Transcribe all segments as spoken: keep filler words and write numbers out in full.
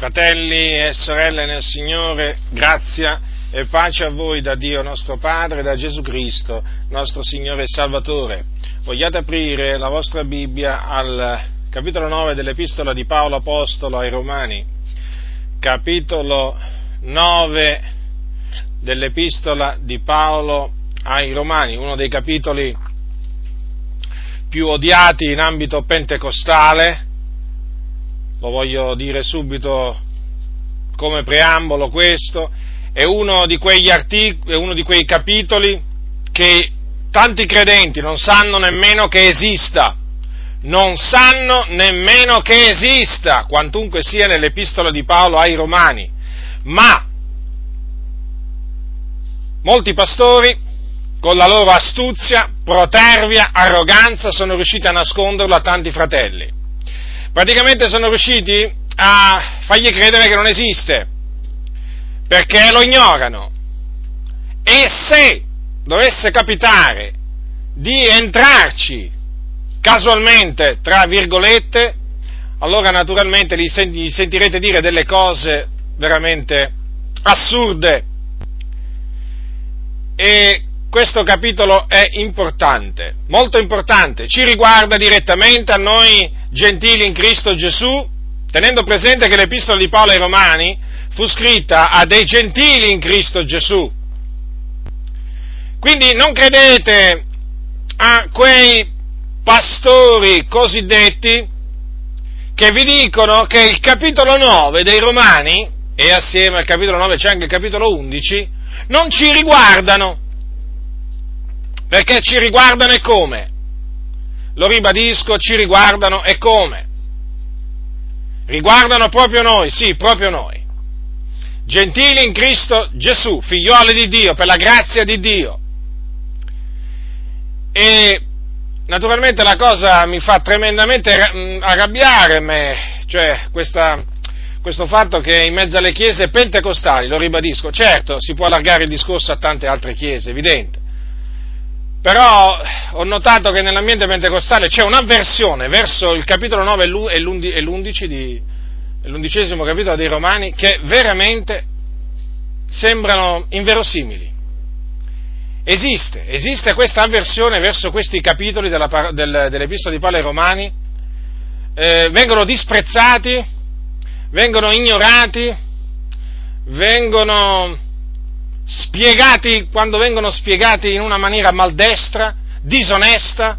Fratelli e sorelle nel Signore, grazia e pace a voi da Dio nostro Padre e da Gesù Cristo, nostro Signore e Salvatore. Vogliate aprire la vostra Bibbia al capitolo nove dell'Epistola di Paolo Apostolo ai Romani, capitolo nove dell'Epistola di Paolo ai Romani, uno dei capitoli più odiati in ambito pentecostale. Lo voglio dire subito come preambolo, questo è uno di quegli articoli, è uno di quei capitoli che tanti credenti non sanno nemmeno che esista, non sanno nemmeno che esista, quantunque sia nell'Epistola di Paolo ai Romani, ma molti pastori, con la loro astuzia, protervia, arroganza, sono riusciti a nasconderlo a tanti fratelli. Praticamente sono riusciti a fargli credere che non esiste, perché lo ignorano. E se dovesse capitare di entrarci casualmente, tra virgolette, allora naturalmente gli sentirete dire delle cose veramente assurde. E questo capitolo è importante, molto importante, ci riguarda direttamente a noi gentili in Cristo Gesù, tenendo presente che l'Epistola di Paolo ai Romani fu scritta a dei gentili in Cristo Gesù. Quindi non credete a quei pastori cosiddetti che vi dicono che il capitolo nove dei Romani, e assieme al capitolo nove c'è anche il capitolo undici, non ci riguardano. Perché ci riguardano e come? Lo ribadisco, ci riguardano e come? Riguardano proprio noi, sì, proprio noi. Gentili in Cristo Gesù, figliuoli di Dio, per la grazia di Dio. E naturalmente la cosa mi fa tremendamente arrabbiare me, cioè questa, questo fatto che in mezzo alle chiese pentecostali, lo ribadisco, certo, si può allargare il discorso a tante altre chiese, evidente. Però ho notato che nell'ambiente pentecostale c'è un'avversione verso il capitolo nove e l'undici di, l'undicesimo capitolo dei Romani che veramente sembrano inverosimili. Esiste, esiste questa avversione verso questi capitoli della, del, dell'Epistola di Paolo ai Romani, eh, vengono disprezzati, vengono ignorati, vengono spiegati, quando vengono spiegati in una maniera maldestra, disonesta,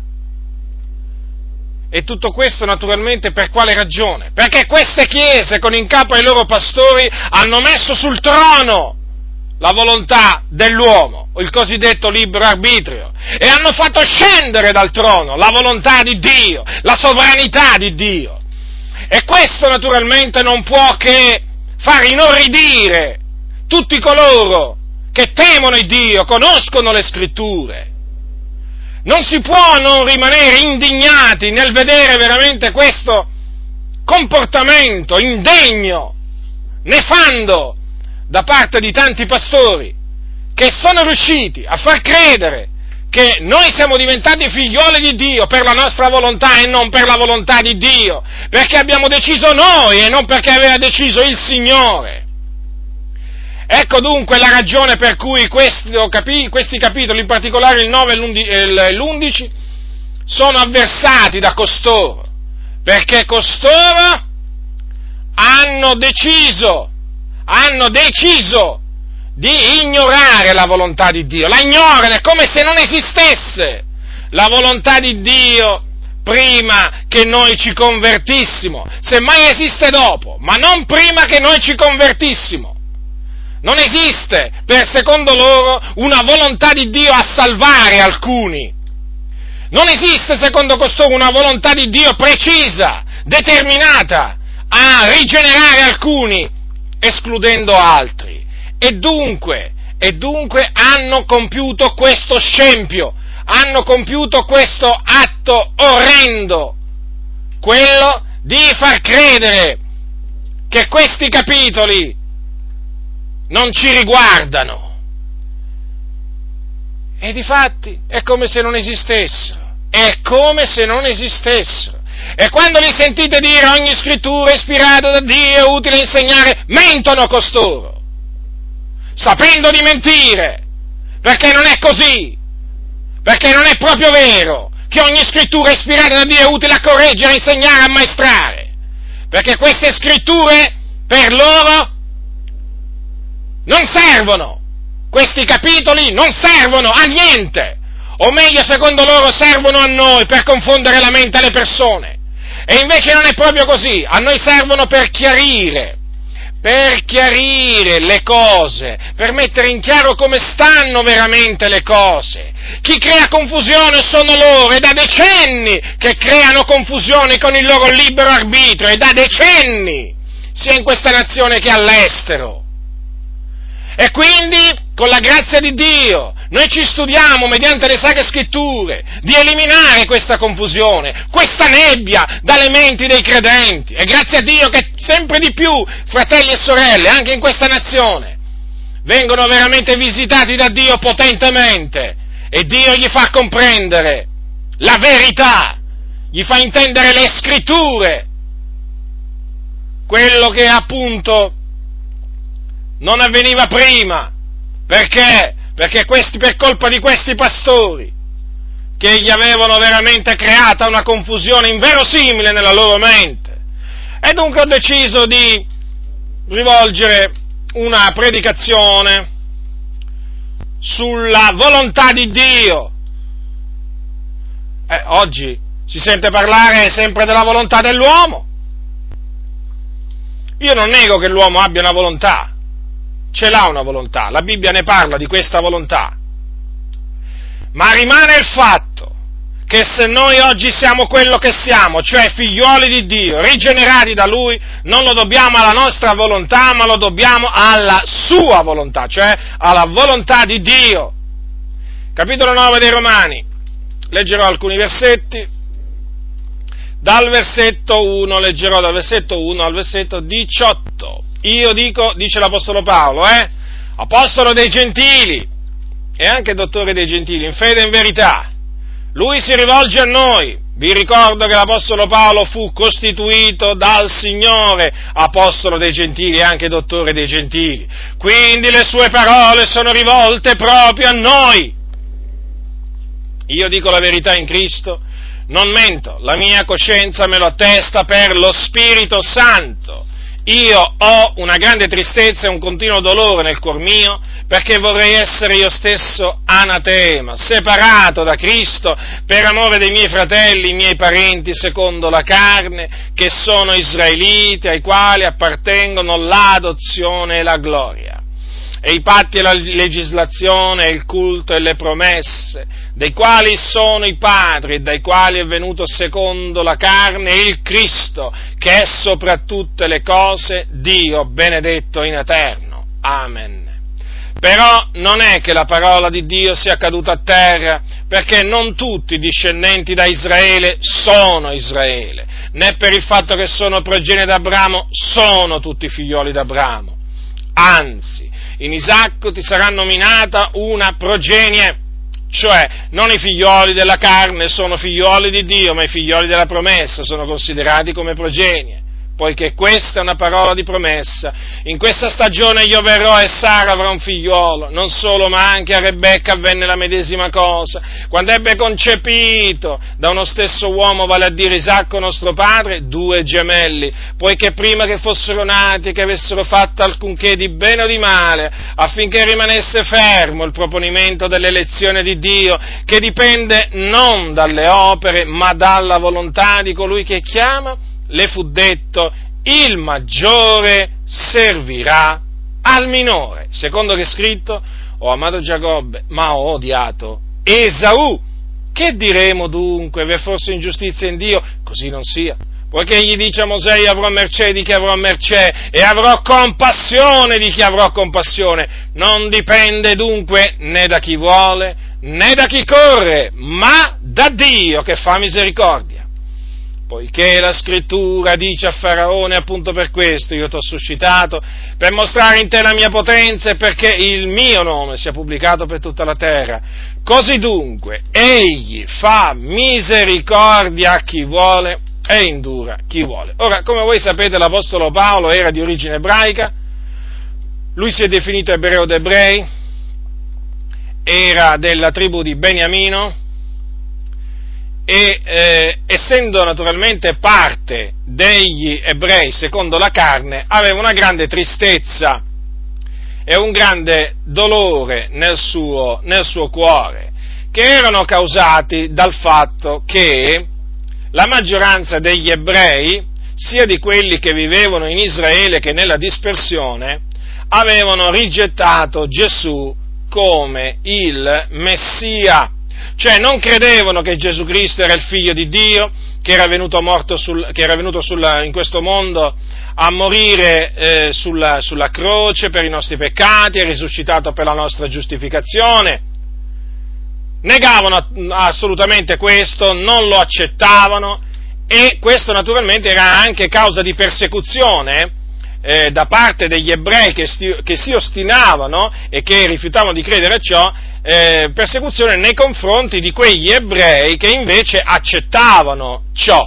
e tutto questo naturalmente per quale ragione? Perché queste chiese con in capo ai loro pastori hanno messo sul trono la volontà dell'uomo, il cosiddetto libero arbitrio, e hanno fatto scendere dal trono la volontà di Dio, la sovranità di Dio, e questo naturalmente non può che far inorridire tutti coloro che temono il Dio, conoscono le Scritture. Non si può non rimanere indignati nel vedere veramente questo comportamento indegno, nefando, da parte di tanti pastori, che sono riusciti a far credere che noi siamo diventati figlioli di Dio per la nostra volontà e non per la volontà di Dio, perché abbiamo deciso noi e non perché aveva deciso il Signore. Ecco dunque la ragione per cui questo, capi, questi capitoli, in particolare il nove e l'undici, sono avversati da costoro, perché costoro hanno deciso, hanno deciso di ignorare la volontà di Dio, la ignorano, è come se non esistesse la volontà di Dio prima che noi ci convertissimo, semmai esiste dopo, ma non prima che noi ci convertissimo. Non esiste, per secondo loro, una volontà di Dio a salvare alcuni. Non esiste, secondo costoro, una volontà di Dio precisa, determinata a rigenerare alcuni, escludendo altri. E dunque, e dunque hanno compiuto questo scempio, hanno compiuto questo atto orrendo, quello di far credere che questi capitoli non ci riguardano, e difatti è come se non esistessero, è come se non esistessero, E quando li sentite dire ogni scrittura è ispirata da Dio è utile a insegnare, mentono costoro, sapendo di mentire, perché non è così, perché non è proprio vero che ogni scrittura è ispirata da Dio è utile a correggere, a insegnare, a ammaestrare, perché queste scritture per loro non servono, questi capitoli non servono a niente, o meglio, secondo loro servono a noi per confondere la mente alle persone, e invece non è proprio così, a noi servono per chiarire, per chiarire le cose, per mettere in chiaro come stanno veramente le cose. Chi crea confusione sono loro, è da decenni che creano confusione con il loro libero arbitrio, è da decenni, sia in questa nazione che all'estero. E quindi, con la grazia di Dio, noi ci studiamo, mediante le Sacre Scritture, di eliminare questa confusione, questa nebbia dalle menti dei credenti. E grazie a Dio che sempre di più, fratelli e sorelle, anche in questa nazione, vengono veramente visitati da Dio potentemente, e Dio gli fa comprendere la verità, gli fa intendere le Scritture, quello che appunto non avveniva prima. Perché? Perché questi, per colpa di questi pastori, che gli avevano veramente creata una confusione inverosimile nella loro mente. E dunque ho deciso di rivolgere una predicazione sulla volontà di Dio. Eh, oggi si sente parlare sempre della volontà dell'uomo. Io non nego che l'uomo abbia una volontà, ce l'ha una volontà, la Bibbia ne parla di questa volontà, ma rimane il fatto che se noi oggi siamo quello che siamo, cioè figliuoli di Dio, rigenerati da Lui, non lo dobbiamo alla nostra volontà, ma lo dobbiamo alla sua volontà, cioè alla volontà di Dio. Capitolo nove dei Romani, leggerò alcuni versetti, dal versetto uno, leggerò dal versetto uno al versetto diciotto. Io dico, dice l'Apostolo Paolo, eh, apostolo dei gentili e anche dottore dei gentili, in fede e in verità. Lui si rivolge a noi. Vi ricordo che l'Apostolo Paolo fu costituito dal Signore apostolo dei gentili e anche dottore dei gentili. Quindi le sue parole sono rivolte proprio a noi. Io dico la verità in Cristo, non mento, la mia coscienza me lo attesta per lo Spirito Santo. Io ho una grande tristezza e un continuo dolore nel cuor mio, perché vorrei essere io stesso anatema, separato da Cristo per amore dei miei fratelli, i miei parenti secondo la carne, che sono israeliti, ai quali appartengono l'adozione e la gloria, e i patti e la legislazione, e il culto e le promesse, dei quali sono i padri, e dai quali è venuto secondo la carne il Cristo, che è sopra tutte le cose Dio benedetto in eterno. Amen. Però non è che la parola di Dio sia caduta a terra, perché non tutti i discendenti da Israele sono Israele, né per il fatto che sono progenie d'Abramo sono tutti figlioli d'Abramo. Anzi, in Isacco ti sarà nominata una progenie, cioè non i figlioli della carne sono figlioli di Dio, ma i figlioli della promessa sono considerati come progenie, poiché questa è una parola di promessa. In questa stagione io verrò e Sara avrà un figliolo, non solo ma anche a Rebecca avvenne la medesima cosa, quando ebbe concepito da uno stesso uomo, vale a dire Isacco nostro padre, due gemelli, poiché prima che fossero nati e che avessero fatto alcunché di bene o di male, affinché rimanesse fermo il proponimento dell'elezione di Dio, che dipende non dalle opere ma dalla volontà di colui che chiama, le fu detto, il maggiore servirà al minore, secondo che è scritto, ho amato Giacobbe, ma ho odiato Esaù. Che diremo dunque? V'è forse ingiustizia in Dio? Così non sia. Poiché gli dice a Mosè, io avrò mercé di chi avrò mercé, e avrò compassione di chi avrò compassione. Non dipende dunque né da chi vuole, né da chi corre, ma da Dio che fa misericordia. Poiché la Scrittura dice a Faraone, appunto per questo io t'ho suscitato, per mostrare in te la mia potenza e perché il mio nome sia pubblicato per tutta la terra. Così dunque, egli fa misericordia a chi vuole e indura chi vuole. Ora, come voi sapete, l'Apostolo Paolo era di origine ebraica, lui si è definito ebreo d'ebrei, era della tribù di Beniamino e eh, essendo naturalmente parte degli ebrei secondo la carne, aveva una grande tristezza e un grande dolore nel suo, nel suo cuore, che erano causati dal fatto che la maggioranza degli ebrei, sia di quelli che vivevano in Israele che nella dispersione, avevano rigettato Gesù come il Messia, cioè non credevano che Gesù Cristo era il Figlio di Dio, che era venuto, morto sul, che era venuto sul, in questo mondo a morire eh, sulla, sulla croce per i nostri peccati, è risuscitato per la nostra giustificazione. Negavano assolutamente questo, non lo accettavano, e questo naturalmente era anche causa di persecuzione eh, da parte degli ebrei che, sti, che si ostinavano e che rifiutavano di credere a ciò, eh, persecuzione nei confronti di quegli ebrei che invece accettavano ciò.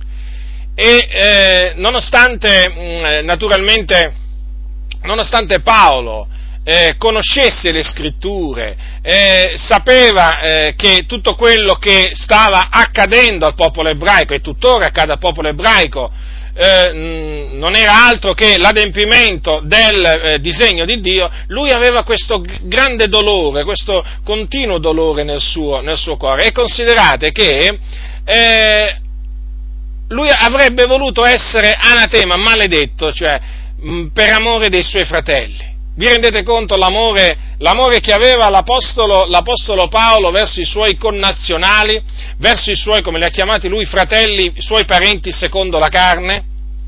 E eh, nonostante mh, naturalmente, nonostante Paolo Eh, conoscesse le scritture, eh, sapeva eh, che tutto quello che stava accadendo al popolo ebraico e tuttora accade al popolo ebraico eh, mh, non era altro che l'adempimento del eh, disegno di Dio, lui aveva questo g- grande dolore, questo continuo dolore nel suo, nel suo cuore. E considerate che eh, lui avrebbe voluto essere anatema, maledetto, cioè mh, per amore dei suoi fratelli. Vi rendete conto l'amore, l'amore che aveva l'apostolo, l'apostolo Paolo verso i suoi connazionali, verso i suoi, come li ha chiamati lui, fratelli, i suoi parenti secondo la carne?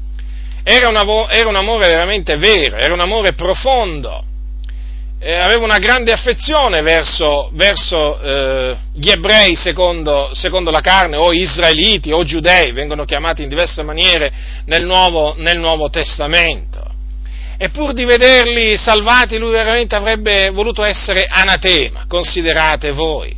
Era un, era un amore veramente vero, era un amore profondo, eh, aveva una grande affezione verso, verso eh, gli ebrei secondo, secondo la carne, o israeliti, o giudei, vengono chiamati in diverse maniere nel Nuovo, nel Nuovo Testamento. E pur di vederli salvati, lui veramente avrebbe voluto essere anatema, considerate voi,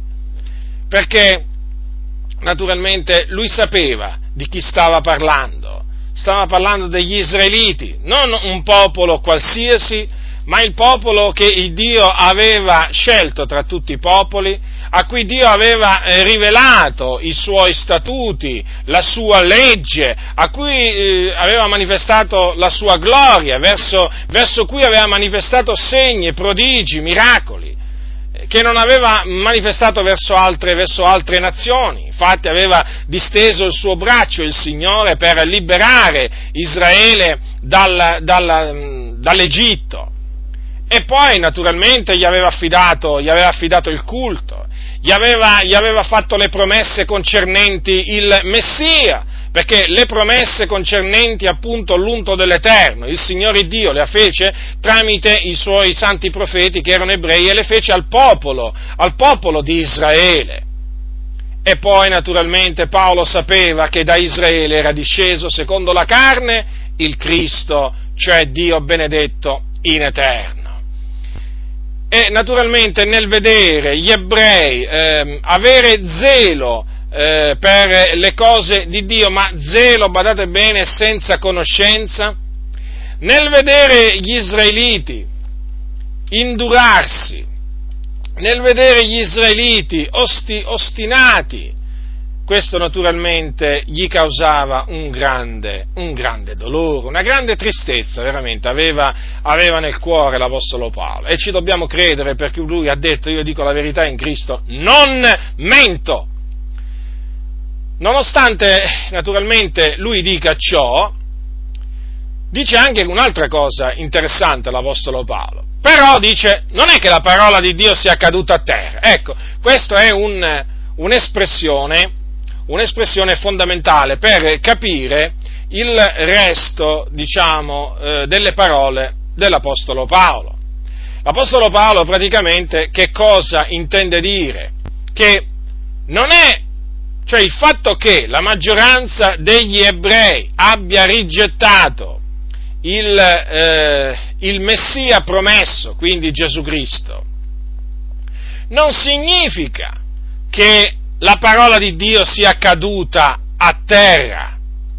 perché naturalmente lui sapeva di chi stava parlando, stava parlando degli israeliti, non un popolo qualsiasi, ma il popolo che il Dio aveva scelto tra tutti i popoli, a cui Dio aveva eh, rivelato i suoi statuti, la sua legge, a cui eh, aveva manifestato la sua gloria, verso, verso cui aveva manifestato segni, prodigi, miracoli, eh, che non aveva manifestato verso altre, verso altre nazioni. Infatti aveva disteso il suo braccio, il Signore, per liberare Israele dal, dal, dall'Egitto. E poi naturalmente gli aveva affidato, gli aveva affidato il culto, gli aveva, gli aveva fatto le promesse concernenti il Messia, perché le promesse concernenti appunto l'unto dell'Eterno, il Signore Dio le fece tramite i suoi santi profeti che erano ebrei e le fece al popolo, al popolo di Israele. E poi naturalmente Paolo sapeva che da Israele era disceso secondo la carne il Cristo, cioè Dio benedetto in eterno. E naturalmente nel vedere gli ebrei eh, avere zelo eh, per le cose di Dio, ma zelo, badate bene, senza conoscenza, nel vedere gli israeliti indurarsi, nel vedere gli israeliti osti, ostinati, questo naturalmente gli causava un grande, un grande dolore, una grande tristezza, veramente, aveva, aveva nel cuore l'Apostolo Paolo, e ci dobbiamo credere perché lui ha detto: io dico la verità in Cristo, non mento. Nonostante naturalmente lui dica ciò, dice anche un'altra cosa interessante l'Apostolo Paolo, però dice: non è che la parola di Dio sia caduta a terra. Ecco, questa è un, un'espressione un'espressione fondamentale per capire il resto, diciamo, eh, delle parole dell'Apostolo Paolo. L'Apostolo Paolo praticamente che cosa intende dire? Che non è, cioè il fatto che la maggioranza degli ebrei abbia rigettato il, eh, il Messia promesso, quindi Gesù Cristo, non significa che la parola di Dio sia caduta a terra,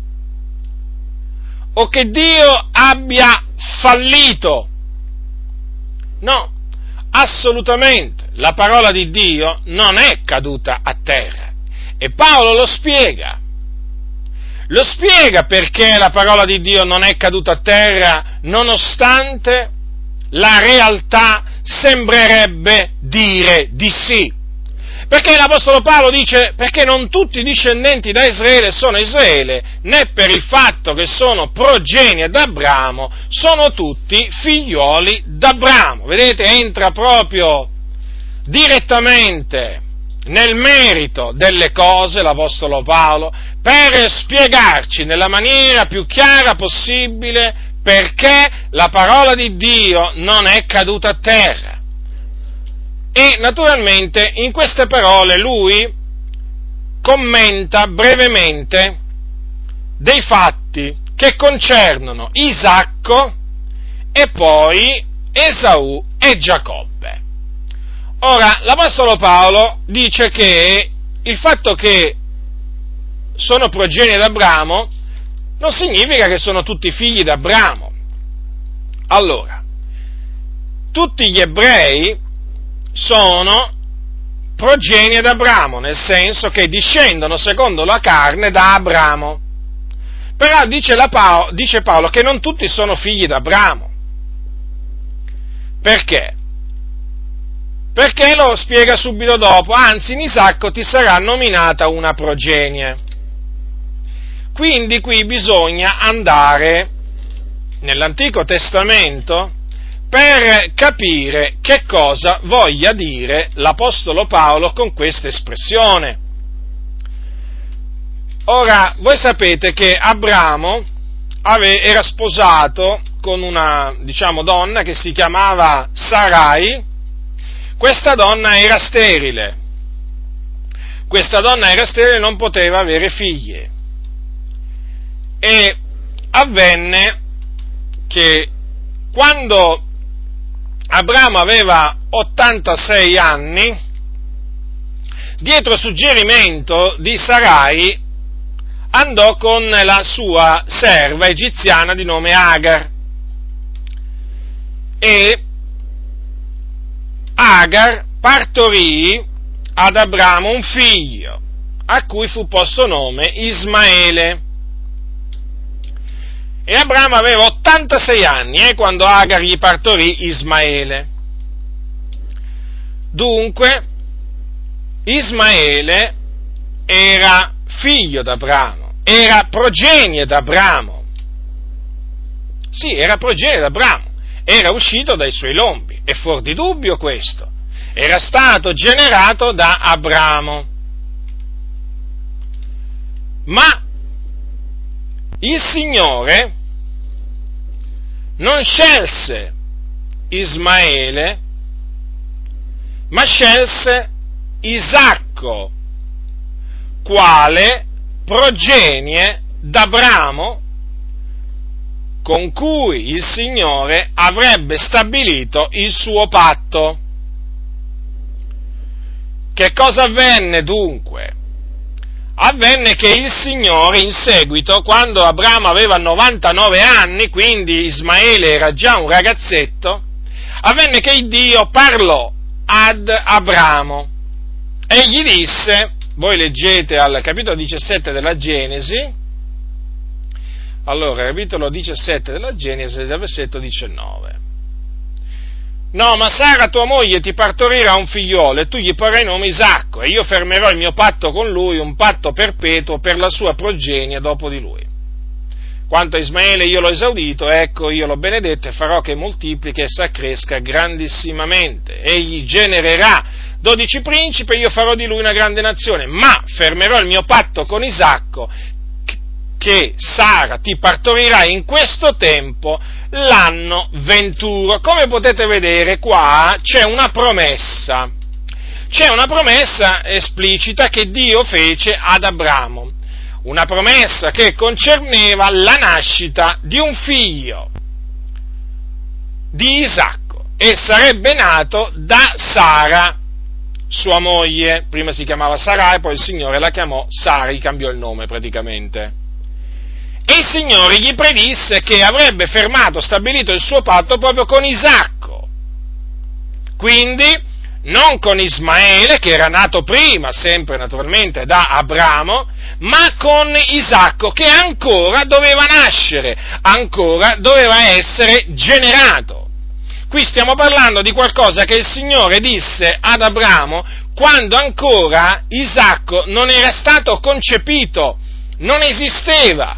o che Dio abbia fallito. No, assolutamente, la parola di Dio non è caduta a terra. E Paolo lo spiega. Lo spiega perché la parola di Dio non è caduta a terra, nonostante la realtà sembrerebbe dire di sì. Perché l'Apostolo Paolo dice, perché non tutti i discendenti da Israele sono Israele, né per il fatto che sono progenie d'Abramo, sono tutti figlioli d'Abramo. Vedete, entra proprio direttamente nel merito delle cose l'Apostolo Paolo per spiegarci nella maniera più chiara possibile perché la parola di Dio non è caduta a terra. E naturalmente in queste parole lui commenta brevemente dei fatti che concernono Isacco e poi Esaù e Giacobbe. Ora, l'Apostolo Paolo dice che il fatto che sono progenie d'Abramo non significa che sono tutti figli d'Abramo. Allora, tutti gli ebrei sono progenie d'Abramo, nel senso che discendono secondo la carne da Abramo. Però dice, la Paolo, dice Paolo che non tutti sono figli d'Abramo. Perché? Perché lo spiega subito dopo, anzi in Isacco ti sarà nominata una progenie. Quindi qui bisogna andare nell'Antico Testamento per capire che cosa voglia dire l'Apostolo Paolo con questa espressione. Ora, voi sapete che Abramo ave, era sposato con una, diciamo, donna che si chiamava Sarai. Questa donna era sterile. Questa donna era sterile e non poteva avere figli. E avvenne che quando Abramo aveva ottantasei anni, dietro suggerimento di Sarai, andò con la sua serva egiziana di nome Agar. E Agar partorì ad Abramo un figlio, a cui fu posto nome Ismaele. E Abramo aveva ottantasei anni eh, quando Agar gli partorì Ismaele. Dunque, Ismaele era figlio d'Abramo, era progenie d'Abramo. Sì, era progenie d'Abramo, era uscito dai suoi lombi, è fuor di dubbio questo. Era stato generato da Abramo. Ma il Signore non scelse Ismaele, ma scelse Isacco, quale progenie d'Abramo, con cui il Signore avrebbe stabilito il suo patto. Che cosa avvenne dunque? Avvenne che il Signore in seguito, quando Abramo aveva novantanove anni, quindi Ismaele era già un ragazzetto, avvenne che il Dio parlò ad Abramo e gli disse, voi leggete al capitolo diciassette della Genesi, allora, capitolo diciassette della Genesi, dal versetto diciannove. No, ma Sara tua moglie ti partorirà un figliolo e tu gli porrai nome Isacco e io fermerò il mio patto con lui, un patto perpetuo per la sua progenie dopo di lui. Quanto a Ismaele io l'ho esaudito, ecco io l'ho benedetto e farò che moltiplichi e s'accresca grandissimamente. Egli genererà dodici principi e io farò di lui una grande nazione, ma fermerò il mio patto con Isacco che Sara ti partorirà in questo tempo l'anno venturo. Come potete vedere qua c'è una promessa, c'è una promessa esplicita che Dio fece ad Abramo, una promessa che concerneva la nascita di un figlio, di Isacco, e sarebbe nato da Sara, sua moglie. Prima si chiamava Sarai, poi il Signore la chiamò Sara, gli cambiò il nome praticamente. E il Signore gli predisse che avrebbe fermato, stabilito il suo patto proprio con Isacco. Quindi, non con Ismaele, che era nato prima, sempre naturalmente da Abramo, ma con Isacco, che ancora doveva nascere, ancora doveva essere generato. Qui stiamo parlando di qualcosa che il Signore disse ad Abramo quando ancora Isacco non era stato concepito, non esisteva.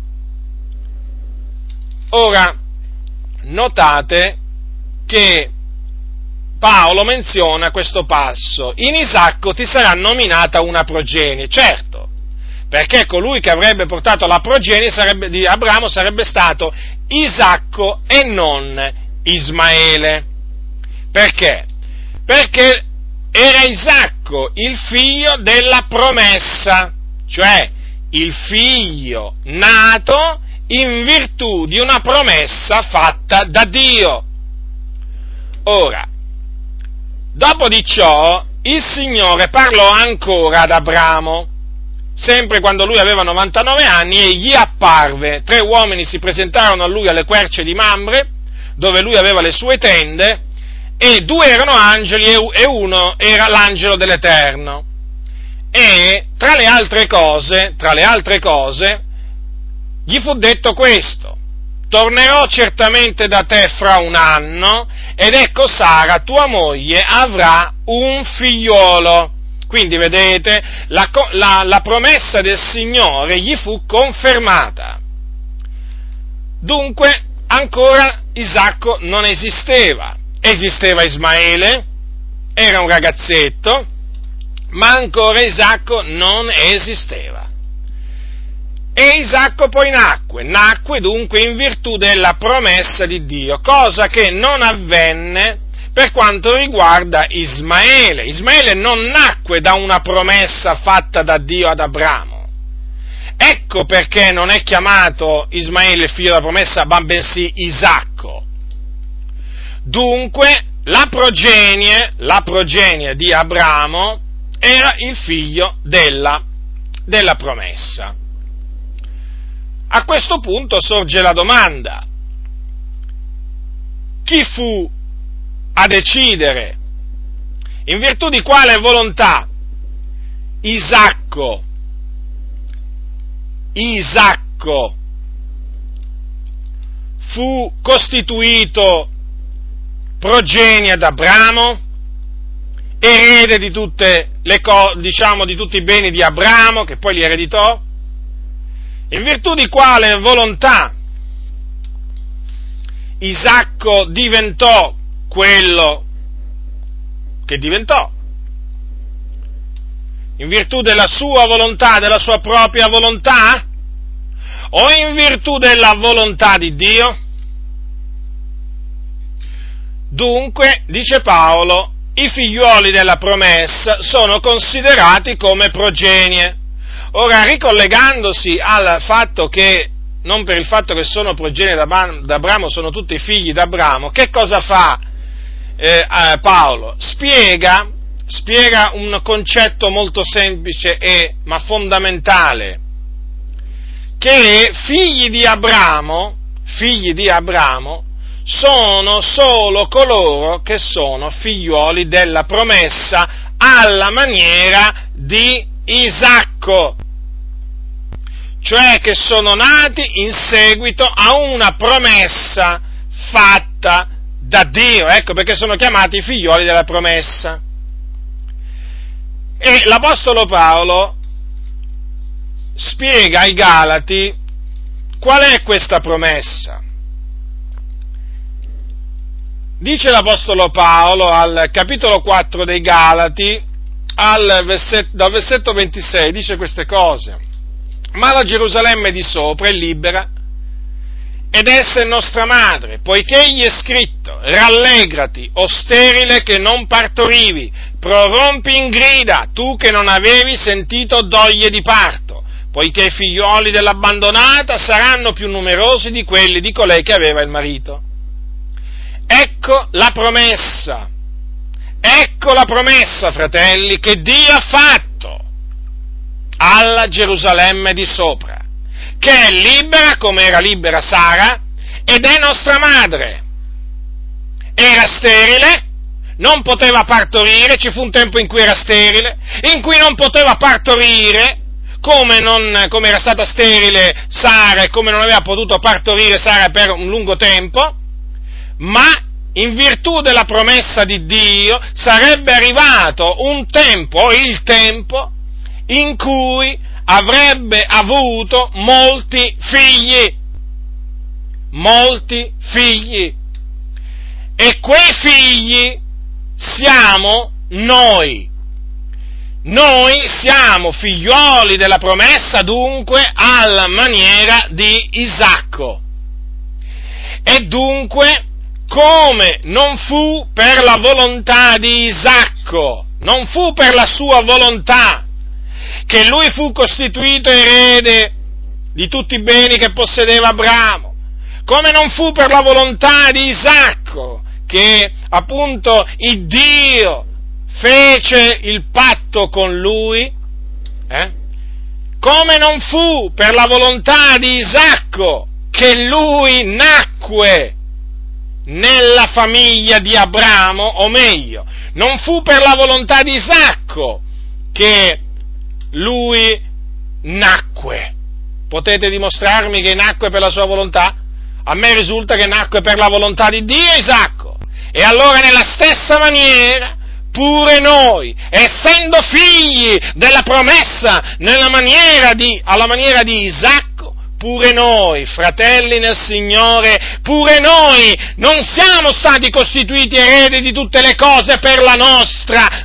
Ora, notate che Paolo menziona questo passo: in Isacco ti sarà nominata una progenie, certo, perché colui che avrebbe portato la progenie sarebbe, di Abramo sarebbe stato Isacco e non Ismaele. Perché? Perché era Isacco il figlio della promessa, cioè il figlio nato in virtù di una promessa fatta da Dio. Ora, dopo di ciò, il Signore parlò ancora ad Abramo, sempre quando lui aveva novantanove anni, e gli apparve. Tre uomini si presentarono a lui alle querce di Mamre, dove lui aveva le sue tende, e due erano angeli e uno era l'angelo dell'Eterno. E tra le altre cose, tra le altre cose, gli fu detto questo: tornerò certamente da te fra un anno, ed ecco Sara, tua moglie, avrà un figliolo. Quindi vedete, la, la, la promessa del Signore gli fu confermata. Dunque, ancora Isacco non esisteva. Esisteva Ismaele, era un ragazzetto, ma ancora Isacco non esisteva. E Isacco poi nacque, nacque dunque in virtù della promessa di Dio, cosa che non avvenne per quanto riguarda Ismaele. Ismaele non nacque da una promessa fatta da Dio ad Abramo. Ecco perché non è chiamato Ismaele il figlio della promessa, ma bensì Isacco. Dunque, la progenie, la progenie di Abramo era il figlio della, della promessa. A questo punto sorge la domanda: chi fu a decidere, in virtù di quale volontà Isacco, Isacco fu costituito progenie ad Abramo, erede di tutte le cose, diciamo, di tutti i beni di Abramo, che poi li ereditò? In virtù di quale volontà Isacco diventò quello che diventò? In virtù della sua volontà, della sua propria volontà? O in virtù della volontà di Dio? Dunque, dice Paolo, i figliuoli della promessa sono considerati come progenie. Ora, ricollegandosi al fatto che, non per il fatto che sono progenie d'Abramo, sono tutti figli d'Abramo, che cosa fa eh, eh, Paolo? Spiega, spiega un concetto molto semplice e, ma fondamentale, che figli di Abramo, figli di Abramo, sono solo coloro che sono figliuoli della promessa alla maniera di Isacco, cioè che sono nati in seguito a una promessa fatta da Dio, ecco perché sono chiamati figlioli della promessa. E l'Apostolo Paolo spiega ai Galati qual è questa promessa. Dice l'Apostolo Paolo al capitolo quattro dei Galati, al versetto, dal versetto ventisei, dice queste cose: ma la Gerusalemme di sopra è libera, ed essa è nostra madre, poiché gli è scritto: rallegrati, o sterile che non partorivi, prorompi in grida, tu che non avevi sentito doglie di parto, poiché i figlioli dell'abbandonata saranno più numerosi di quelli di colei che aveva il marito. Ecco la promessa, ecco la promessa, fratelli, che Dio ha fatto alla Gerusalemme di sopra, che è libera come era libera Sara ed è nostra madre. Era sterile, non poteva partorire, ci fu un tempo in cui era sterile, in cui non poteva partorire, come, non, come era stata sterile Sara e come non aveva potuto partorire Sara per un lungo tempo, ma in virtù della promessa di Dio sarebbe arrivato un tempo, il tempo, in cui avrebbe avuto molti figli, molti figli, e quei figli siamo noi. Noi siamo figlioli della promessa, dunque, alla maniera di Isacco. E dunque, come non fu per la volontà di Isacco, non fu per la sua volontà, che lui fu costituito erede di tutti i beni che possedeva Abramo, come non fu per la volontà di Isacco, che appunto il Dio fece il patto con lui, eh? Come non fu per la volontà di Isacco che lui nacque nella famiglia di Abramo, o meglio, non fu per la volontà di Isacco che lui nacque. Potete dimostrarmi che nacque per la sua volontà? A me risulta che nacque per la volontà di Dio Isacco. E allora nella stessa maniera pure noi, essendo figli della promessa nella maniera di, alla maniera di Isacco, pure noi, fratelli nel Signore, pure noi non siamo stati costituiti eredi di tutte le cose per la nostra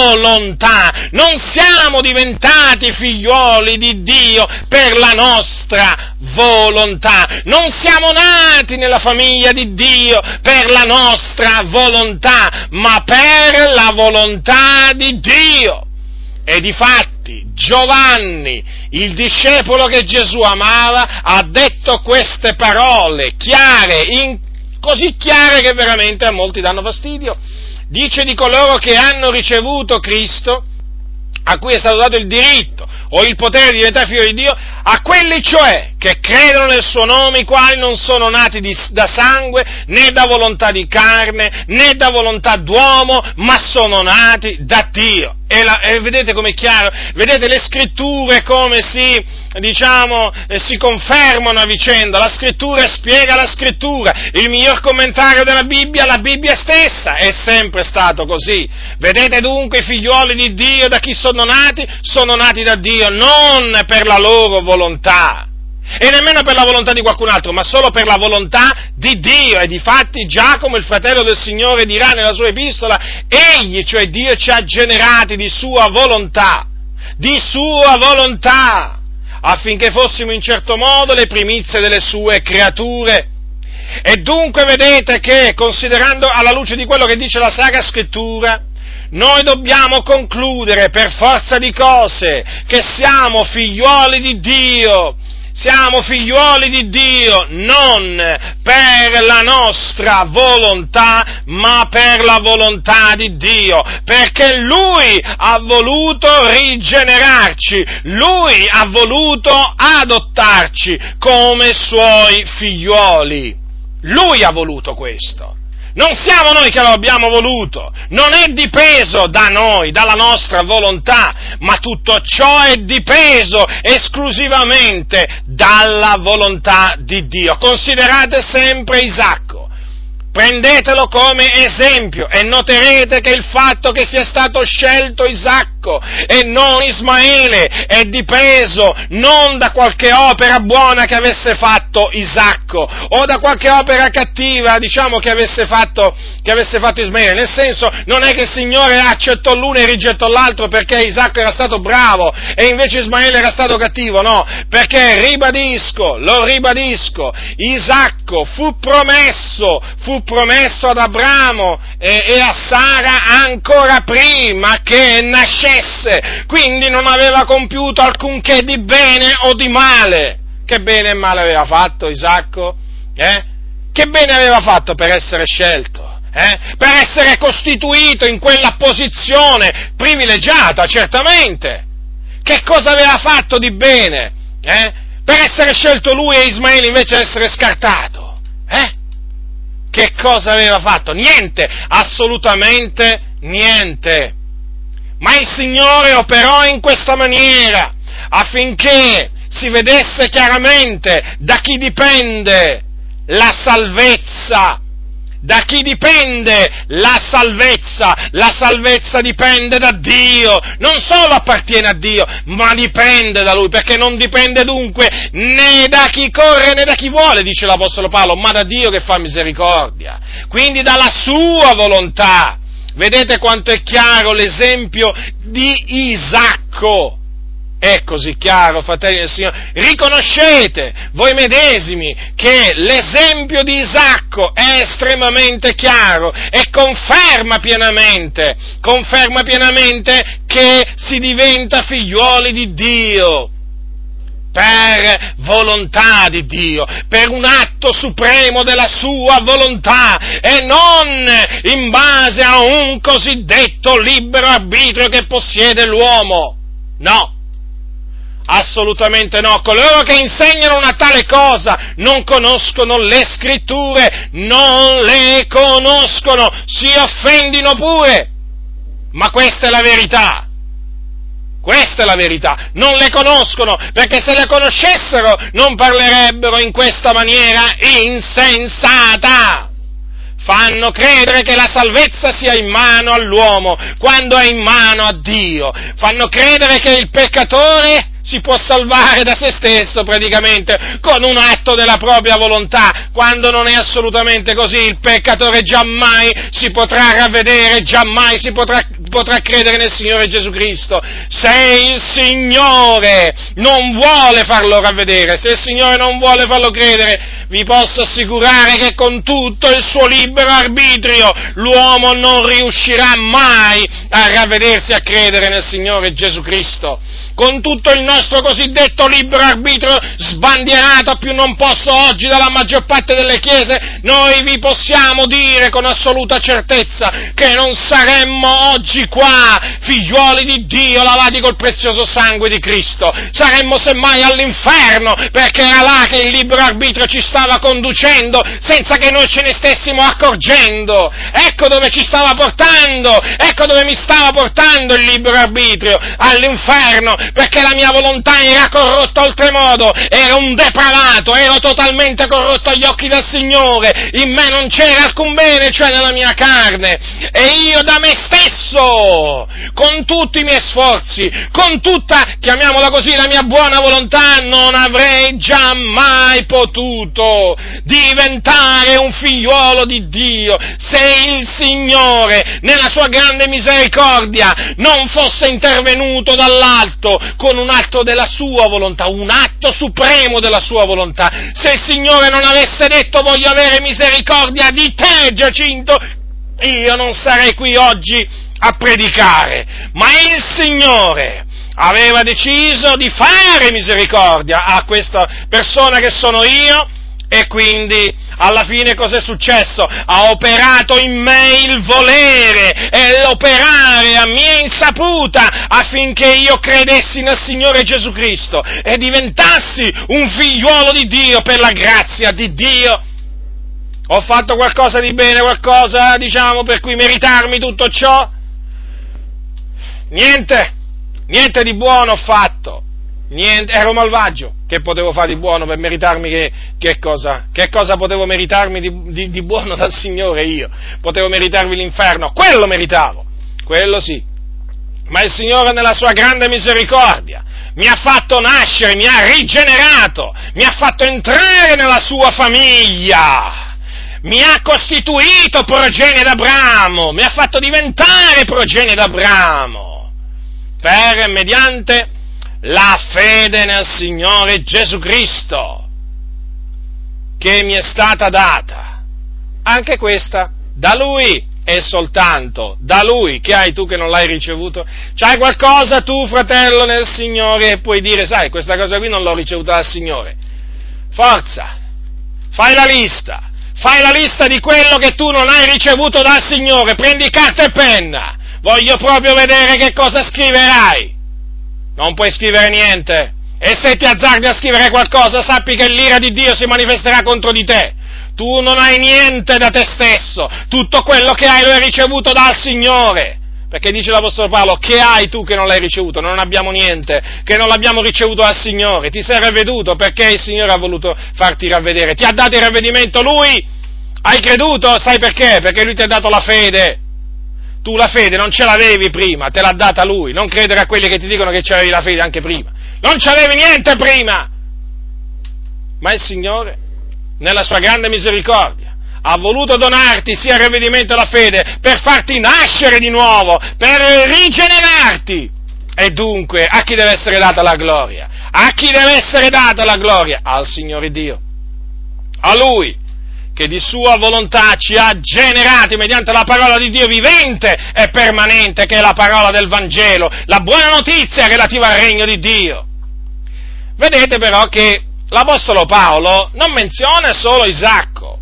volontà, non siamo diventati figlioli di Dio per la nostra volontà, non siamo nati nella famiglia di Dio per la nostra volontà, ma per la volontà di Dio. E difatti Giovanni, il discepolo che Gesù amava, ha detto queste parole chiare, in, così chiare che veramente a molti danno fastidio. Dice di coloro che hanno ricevuto Cristo, a cui è stato dato il diritto o il potere di diventare figlio di Dio, a quelli cioè che credono nel suo nome, i quali non sono nati di, da sangue, né da volontà di carne, né da volontà d'uomo, ma sono nati da Dio. E, la, e vedete com'è chiaro? Vedete le scritture come si, diciamo, eh, si confermano a vicenda. La scrittura spiega la scrittura. Il miglior commentario della Bibbia, la Bibbia stessa, è sempre stato così. Vedete dunque i figliuoli di Dio, da chi sono nati? Sono nati da Dio, non per la loro volontà. E nemmeno per la volontà di qualcun altro, ma solo per la volontà di Dio. E difatti Giacomo, il fratello del Signore, dirà nella sua epistola: egli, cioè Dio, ci ha generati di sua volontà, di sua volontà, affinché fossimo in certo modo le primizie delle sue creature. E dunque vedete che, considerando alla luce di quello che dice la Sacra Scrittura, noi dobbiamo concludere per forza di cose che siamo figliuoli di Dio. Siamo figliuoli di Dio non per la nostra volontà, ma per la volontà di Dio, perché Lui ha voluto rigenerarci, Lui ha voluto adottarci come Suoi figliuoli. Lui ha voluto questo. Non siamo noi che lo abbiamo voluto, non è dipeso da noi, dalla nostra volontà, ma tutto ciò è dipeso esclusivamente dalla volontà di Dio. Considerate sempre Isacco, prendetelo come esempio e noterete che il fatto che sia stato scelto Isacco e non Ismaele è dipeso non da qualche opera buona che avesse fatto Isacco o da qualche opera cattiva, diciamo, che avesse fatto, che avesse fatto Ismaele. Nel senso, non è che il Signore accettò l'uno e rigettò l'altro perché Isacco era stato bravo e invece Ismaele era stato cattivo, no, perché ribadisco, lo ribadisco, Isacco fu promesso, fu promesso ad Abramo e, e a Sara ancora prima che nascesse, quindi non aveva compiuto alcunché di bene o di male. Che bene e male aveva fatto Isacco? Eh? Che bene aveva fatto per essere scelto? Eh? Per essere costituito in quella posizione privilegiata, certamente. Che cosa aveva fatto di bene? Eh? per essere scelto lui e Ismaele invece essere scartato? Eh? Che cosa aveva fatto? Niente, assolutamente niente. Ma il Signore operò in questa maniera affinché si vedesse chiaramente da chi dipende la salvezza. Da chi dipende la salvezza? La salvezza dipende da Dio, non solo appartiene a Dio, ma dipende da Lui, perché non dipende dunque né da chi corre né da chi vuole, dice l'Apostolo Paolo, ma da Dio che fa misericordia, quindi dalla sua volontà. Vedete quanto è chiaro l'esempio di Isacco? È così chiaro, fratelli del Signore. Riconoscete voi medesimi che l'esempio di Isacco è estremamente chiaro e conferma pienamente, conferma pienamente che si diventa figliuoli di Dio per volontà di Dio, per un atto supremo della sua volontà e non in base a un cosiddetto libero arbitrio che possiede l'uomo. No. Assolutamente no, coloro che insegnano una tale cosa non conoscono le scritture, non le conoscono, si offendino pure, ma questa è la verità, questa è la verità, non le conoscono, perché se le conoscessero non parlerebbero in questa maniera insensata. Fanno credere che la salvezza sia in mano all'uomo, quando è in mano a Dio. Fanno credere che il peccatore si può salvare da se stesso praticamente con un atto della propria volontà, quando non è assolutamente così. Il peccatore giammai si potrà ravvedere, giammai si potrà, potrà credere nel Signore Gesù Cristo, se il Signore non vuole farlo ravvedere, se il Signore non vuole farlo credere. Vi posso assicurare che con tutto il suo libero arbitrio l'uomo non riuscirà mai a ravvedersi, a credere nel Signore Gesù Cristo. Con tutto il nostro cosiddetto libero arbitrio sbandierato a più non posso oggi dalla maggior parte delle chiese, noi vi possiamo dire con assoluta certezza che non saremmo oggi qua figliuoli di Dio lavati col prezioso sangue di Cristo, saremmo semmai all'inferno, perché era là che il libero arbitrio ci stava conducendo senza che noi ce ne stessimo accorgendo. Ecco dove ci stava portando, ecco dove mi stava portando il libero arbitrio, all'inferno, perché la mia volontà era corrotta oltremodo, ero un depravato, ero totalmente corrotto agli occhi del Signore, in me non c'era alcun bene, cioè nella mia carne, e io da me stesso, con tutti i miei sforzi, con tutta, chiamiamola così, la mia buona volontà, non avrei giammai potuto diventare un figliuolo di Dio, se il Signore, nella sua grande misericordia, non fosse intervenuto dall'alto con un atto della sua volontà, un atto supremo della sua volontà. Se il Signore non avesse detto voglio avere misericordia di te, Giacinto, io non sarei qui oggi a predicare, ma il Signore aveva deciso di fare misericordia a questa persona che sono io, e quindi alla fine cosa è successo? Ha operato in me il volere e l'operare a mia insaputa affinché io credessi nel Signore Gesù Cristo e diventassi un figliuolo di Dio per la grazia di Dio. Ho fatto qualcosa di bene, qualcosa, diciamo, per cui meritarmi tutto ciò? Niente, niente di buono ho fatto. Niente, ero malvagio, che potevo fare di buono per meritarmi che, che cosa? Che cosa potevo meritarmi di, di, di buono dal Signore io? Potevo meritarmi l'inferno, quello meritavo, quello sì, ma il Signore nella sua grande misericordia mi ha fatto nascere, mi ha rigenerato, mi ha fatto entrare nella sua famiglia, mi ha costituito progenie d'Abramo, mi ha fatto diventare progenie d'Abramo, per, mediante la fede nel Signore Gesù Cristo, che mi è stata data, anche questa da Lui, e soltanto da Lui. Che hai tu che non l'hai ricevuto? C'hai qualcosa tu, fratello, nel Signore, e puoi dire, sai, questa cosa qui non l'ho ricevuta dal Signore. Forza, fai la lista, fai la lista di quello che tu non hai ricevuto dal Signore, prendi carta e penna, voglio proprio vedere che cosa scriverai. Non puoi scrivere niente, E se ti azzardi a scrivere qualcosa, sappi che l'ira di Dio si manifesterà contro di te. Tu non hai niente da te stesso, tutto quello che hai lo hai ricevuto dal Signore. Perché dice l'Apostolo Paolo, che hai tu che non l'hai ricevuto? Non abbiamo niente, che non l'abbiamo ricevuto dal Signore. Ti sei ravveduto perché il Signore ha voluto farti ravvedere. Ti ha dato il ravvedimento Lui? Hai creduto? Sai perché? Perché Lui ti ha dato la fede. Tu la fede non ce l'avevi prima, te l'ha data Lui. Non credere a quelli che ti dicono che c'avevi la fede anche prima. Non c'avevi niente prima. Ma il Signore, nella sua grande misericordia, ha voluto donarti sia il ravvedimento e la fede per farti nascere di nuovo, per rigenerarti. E dunque, a chi deve essere data la gloria? A chi deve essere data la gloria? Al Signore Dio. A Lui, che di sua volontà ci ha generati mediante la parola di Dio vivente e permanente, che è la parola del Vangelo, la buona notizia relativa al regno di Dio. Vedete però che l'Apostolo Paolo non menziona solo Isacco,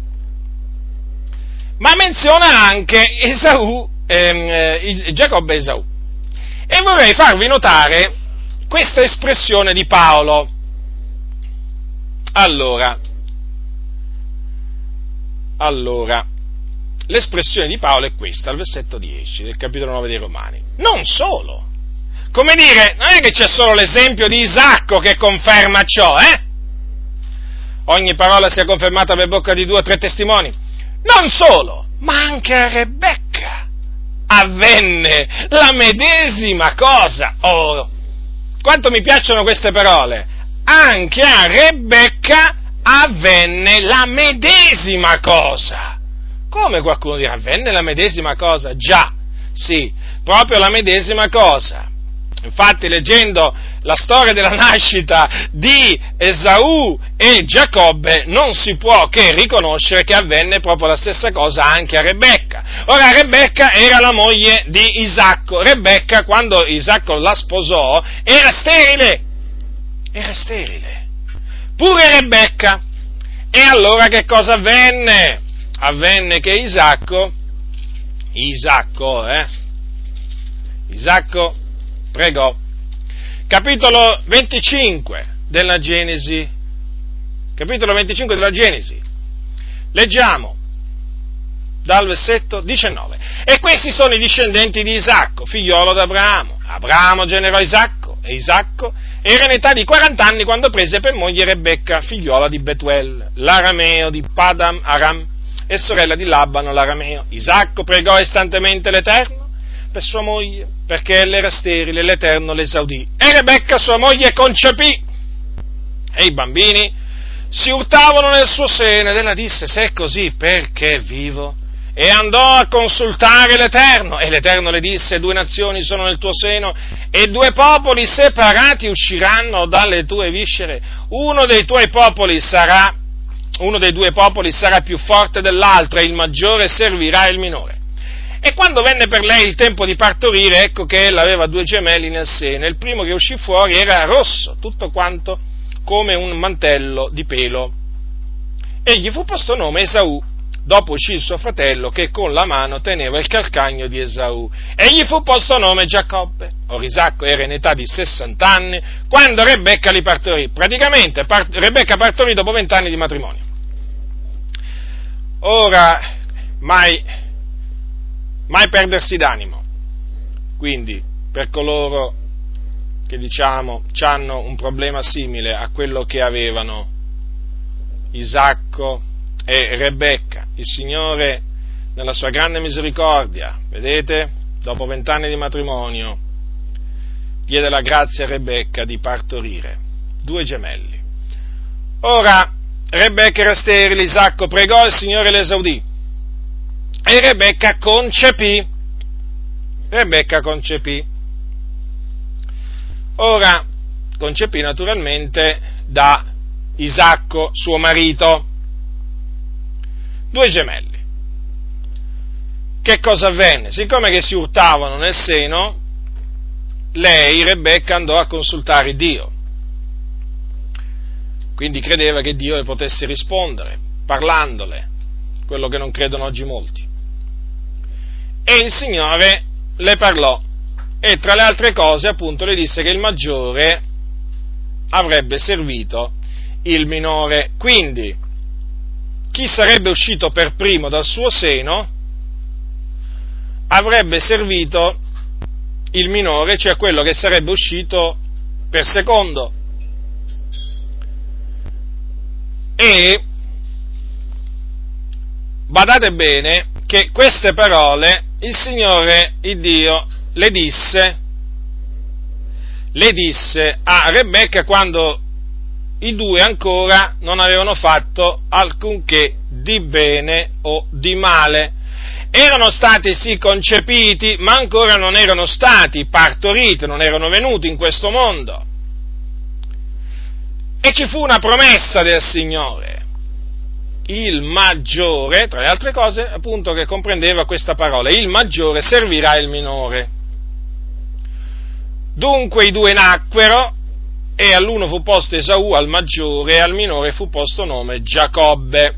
ma menziona anche Esaù, ehm, Giacobbe e Esaù. E vorrei farvi notare questa espressione di Paolo. Allora, allora, l'espressione di Paolo è questa, al versetto dieci del capitolo nove dei Romani. Non solo. Come dire, non è che c'è solo l'esempio di Isacco che conferma ciò, eh? Ogni parola sia confermata per bocca di due o tre testimoni. Non solo, ma anche a Rebecca avvenne la medesima cosa. Oh, quanto mi piacciono queste parole. Anche a Rebecca avvenne la medesima cosa. Come qualcuno dirà, avvenne la medesima cosa? Già, sì, proprio la medesima cosa. Infatti, leggendo la storia della nascita di Esaù e Giacobbe, non si può che riconoscere che avvenne proprio la stessa cosa anche a Rebecca. Ora, Rebecca era la moglie di Isacco. Rebecca, quando Isacco la sposò, era sterile. Era sterile. Pure Rebecca. E allora che cosa avvenne? Avvenne che Isacco, Isacco, eh? Isacco pregò. Capitolo venticinque della Genesi. Capitolo venticinque della Genesi. Leggiamo dal versetto diciannove. E questi sono i discendenti di Isacco, figliolo d'Abramo. Abramo generò Isacco, e Isacco era in età di quaranta anni quando prese per moglie Rebecca, figliuola di Betuel, l'arameo di Padam Aram, e sorella di Labano l'arameo. Isacco pregò istantemente l'Eterno per sua moglie, perché ella era sterile, l'Eterno l'esaudì. E Rebecca, sua moglie, concepì, e i bambini si urtavano nel suo seno, ed ella disse, se è così, perché vivo? E andò a consultare l'Eterno, e l'Eterno le disse, due nazioni sono nel tuo seno, e due popoli separati usciranno dalle tue viscere, uno dei tuoi popoli sarà, uno dei due popoli sarà più forte dell'altro, e il maggiore servirà il minore. E quando venne per lei il tempo di partorire, ecco che ella aveva due gemelli nel seno, e il primo che uscì fuori era rosso, tutto quanto come un mantello di pelo. E gli fu posto nome Esaù. Dopo uscì il suo fratello, che con la mano teneva il calcagno di Esaù, e gli fu posto nome Giacobbe. Or Isacco era in età di sessanta anni, quando Rebecca li partorì. Praticamente part- Rebecca partorì dopo vent'anni di matrimonio. Ora, mai, mai perdersi d'animo. Quindi, per coloro che, diciamo, hanno un problema simile a quello che avevano Isacco e Rebecca, il Signore, nella sua grande misericordia, vedete, dopo vent'anni di matrimonio, diede la grazia a Rebecca di partorire due gemelli. Ora, Rebecca era sterile, Isacco pregò, il Signore l'esaudì, e Rebecca concepì. Rebecca concepì. Ora, concepì naturalmente da Isacco, suo marito, due gemelli. Che cosa avvenne? Siccome che si urtavano nel seno, lei, Rebecca, andò a consultare Dio. Quindi credeva che Dio le potesse rispondere, parlandole, quello che non credono oggi molti. E il Signore le parlò, e tra le altre cose, appunto, le disse che il maggiore avrebbe servito il minore. Quindi, chi sarebbe uscito per primo dal suo seno avrebbe servito il minore, cioè quello che sarebbe uscito per secondo. E badate bene che queste parole il Signore, il Dio, le disse, le disse a Rebecca quando i due ancora non avevano fatto alcunché di bene o di male. Erano stati sì concepiti, ma ancora non erano stati partoriti, non erano venuti in questo mondo. E ci fu una promessa del Signore. Il maggiore, tra le altre cose, appunto, che comprendeva questa parola, il maggiore servirà il minore. Dunque i due nacquero, e all'uno fu posto Esaù, al maggiore, e al minore fu posto nome Giacobbe.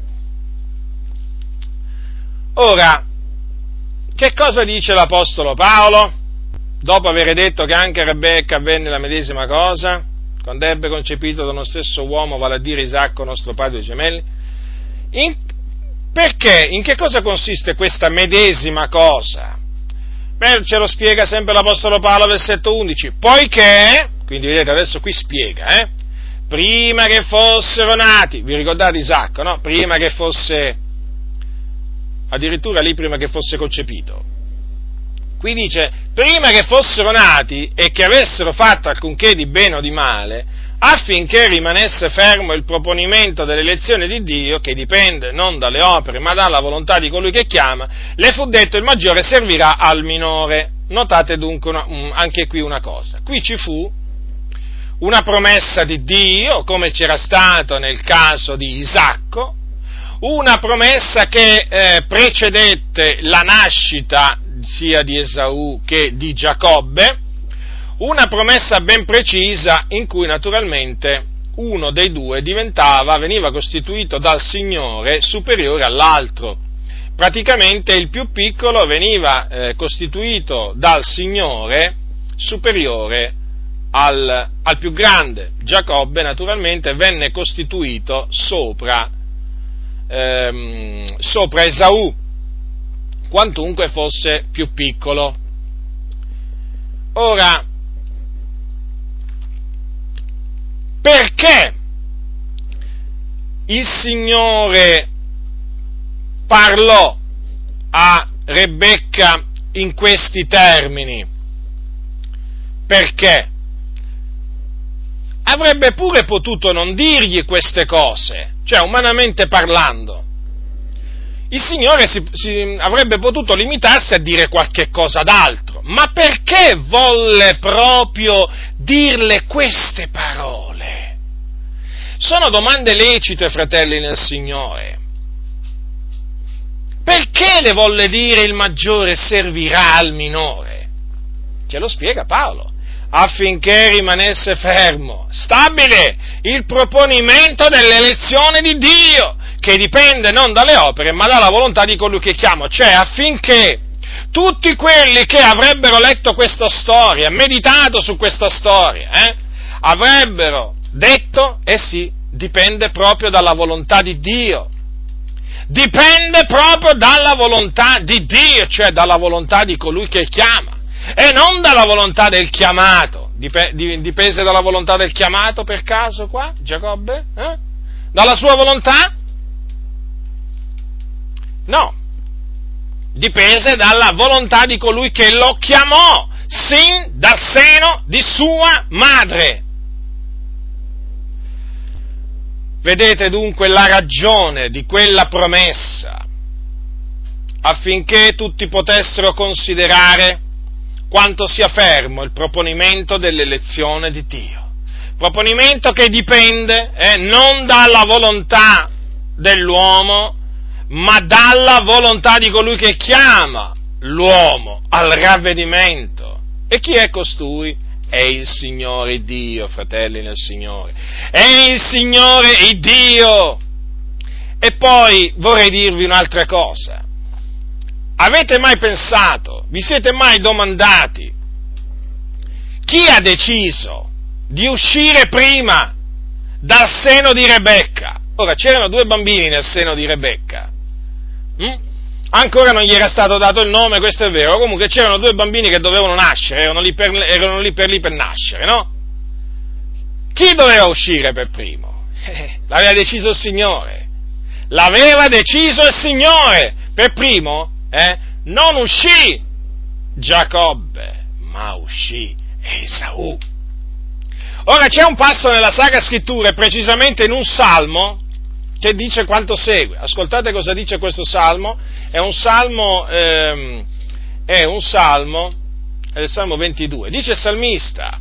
Ora, che cosa dice l'Apostolo Paolo? Dopo aver detto che anche a Rebecca avvenne la medesima cosa, quando ebbe concepito da uno stesso uomo, vale a dire Isacco, nostro padre dei gemelli. In, perché? In che cosa consiste questa medesima cosa? Beh, ce lo spiega sempre l'Apostolo Paolo, versetto undici. Poiché, quindi vedete, adesso qui spiega, eh? Prima che fossero nati, vi ricordate Isacco, no? Prima che fosse, addirittura lì prima che fosse concepito. Qui dice, prima che fossero nati e che avessero fatto alcunché di bene o di male, affinché rimanesse fermo il proponimento dell'elezione di Dio, che dipende non dalle opere ma dalla volontà di colui che chiama, le fu detto il maggiore servirà al minore. Notate dunque una, anche qui una cosa, qui ci fu una promessa di Dio, come c'era stato nel caso di Isacco, una promessa che eh, precedette la nascita sia di Esaù che di Giacobbe, una promessa ben precisa in cui naturalmente uno dei due diventava, veniva costituito dal Signore superiore all'altro. Praticamente il più piccolo veniva eh, costituito dal Signore superiore al, al più grande. Giacobbe naturalmente venne costituito sopra, ehm, sopra Esaù, quantunque fosse più piccolo. Ora, perché il Signore parlò a Rebecca in questi termini? Perché? Avrebbe pure potuto non dirgli queste cose, cioè umanamente parlando. Il Signore si, si, avrebbe potuto limitarsi a dire qualche cosa d'altro, ma perché volle proprio dirle queste parole? Sono domande lecite, fratelli nel Signore. Perché le volle dire il maggiore servirà al minore? Ce lo spiega Paolo. Affinché rimanesse fermo, stabile, il proponimento dell'elezione di Dio, che dipende non dalle opere, ma dalla volontà di colui che chiama, cioè affinché tutti quelli che avrebbero letto questa storia, meditato su questa storia, eh, avrebbero detto, eh sì, dipende proprio dalla volontà di Dio, dipende proprio dalla volontà di Dio, cioè dalla volontà di colui che chiama, e non dalla volontà del chiamato. Dipese dalla volontà del chiamato per caso qua, Giacobbe? Eh? Dalla sua volontà? No, dipese dalla volontà di colui che lo chiamò sin dal seno di sua madre. Vedete dunque la ragione di quella promessa, affinché tutti potessero considerare quanto sia fermo il proponimento dell'elezione di Dio. Proponimento che dipende eh, non dalla volontà dell'uomo, ma dalla volontà di colui che chiama l'uomo al ravvedimento. E chi è costui? È il Signore Dio, fratelli nel Signore. È il Signore Dio. E poi vorrei dirvi un'altra cosa. Avete mai pensato, vi siete mai domandati chi ha deciso di uscire prima dal seno di Rebecca. Ora, c'erano due bambini nel seno di Rebecca. Hm? Ancora non gli era stato dato il nome, questo è vero. Comunque c'erano due bambini che dovevano nascere, erano lì per, erano lì per lì per nascere, no? Chi doveva uscire per primo? Eh, l'aveva deciso il Signore. L'aveva deciso il Signore. Per primo, eh, non uscì Giacobbe, ma uscì Esaù. Ora c'è un passo nella Sacra Scrittura, precisamente in un salmo, che dice quanto segue. Ascoltate cosa dice questo salmo. È un salmo, ehm, è un salmo, è il salmo ventidue. Dice il salmista,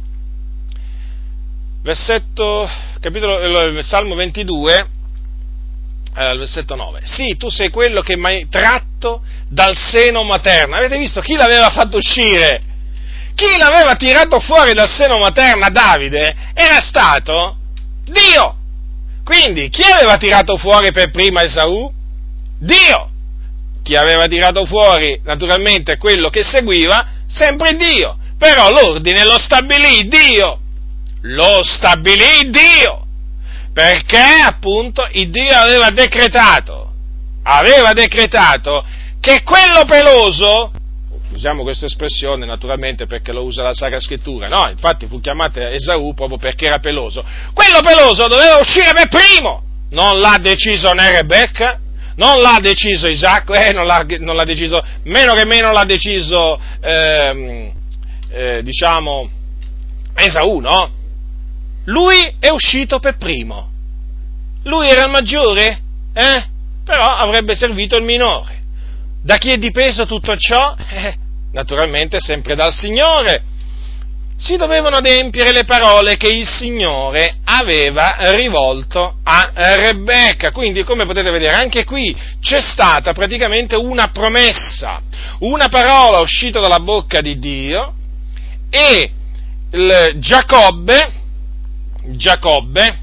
versetto, capitolo, il salmo ventidue, eh, versetto nove. Sì, tu sei quello che mi hai tratto dal seno materno. Avete visto chi l'aveva fatto uscire? Chi l'aveva tirato fuori dal seno materno a Davide era stato Dio. Quindi, chi aveva tirato fuori per prima Esaù? Dio. Chi aveva tirato fuori, naturalmente, quello che seguiva? Sempre Dio. Però l'ordine lo stabilì Dio. Lo stabilì Dio. Perché, appunto, il Dio aveva decretato, aveva decretato che quello peloso, usiamo questa espressione naturalmente perché lo usa la Sacra Scrittura, no? Infatti fu chiamato Esaù proprio perché era peloso. Quello peloso doveva uscire per primo. Non l'ha deciso né Rebecca, non l'ha deciso Isacco, eh, non l'ha, non l'ha deciso, meno che meno l'ha deciso, ehm, eh, diciamo, Esaù, no? Lui è uscito per primo. Lui era il maggiore, eh? Però avrebbe servito il minore. Da chi è dipeso tutto ciò? Eh, naturalmente sempre dal Signore. Si dovevano adempiere le parole che il Signore aveva rivolto a Rebecca. Quindi, come potete vedere, anche qui c'è stata praticamente una promessa, una parola uscita dalla bocca di Dio, e il Giacobbe, Giacobbe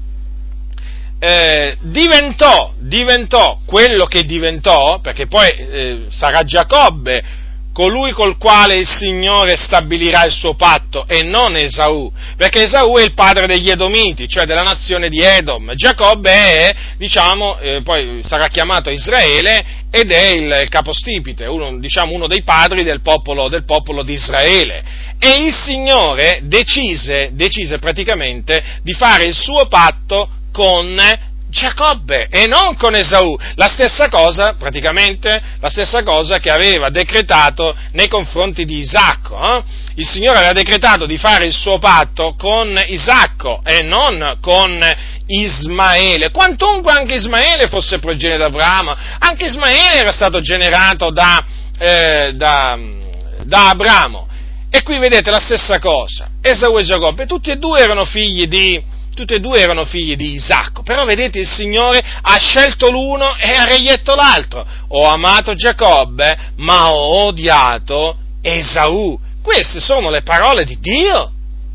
eh, diventò, diventò quello che diventò, perché poi eh, sarà Giacobbe colui col quale il Signore stabilirà il suo patto, e non Esaù, perché Esaù è il padre degli Edomiti, cioè della nazione di Edom. Giacobbe è, diciamo, eh, poi sarà chiamato Israele, ed è il, il capostipite, uno, diciamo, uno dei padri del popolo, del popolo di Israele. E il Signore decise, decise praticamente di fare il suo patto con Giacobbe e non con Esaù, la stessa cosa, praticamente, la stessa cosa che aveva decretato nei confronti di Isacco. Eh? Il Signore aveva decretato di fare il suo patto con Isacco e non con Ismaele, quantunque anche Ismaele fosse progenie d'Abramo. Anche Ismaele era stato generato da, eh, da, da Abramo. E qui vedete la stessa cosa, Esaù e Giacobbe, tutti e due erano figli di Tutti e due erano figli di Isacco, però vedete il Signore ha scelto l'uno e ha reietto l'altro. Ho amato Giacobbe, ma ho odiato Esaù. Queste sono le parole di Dio.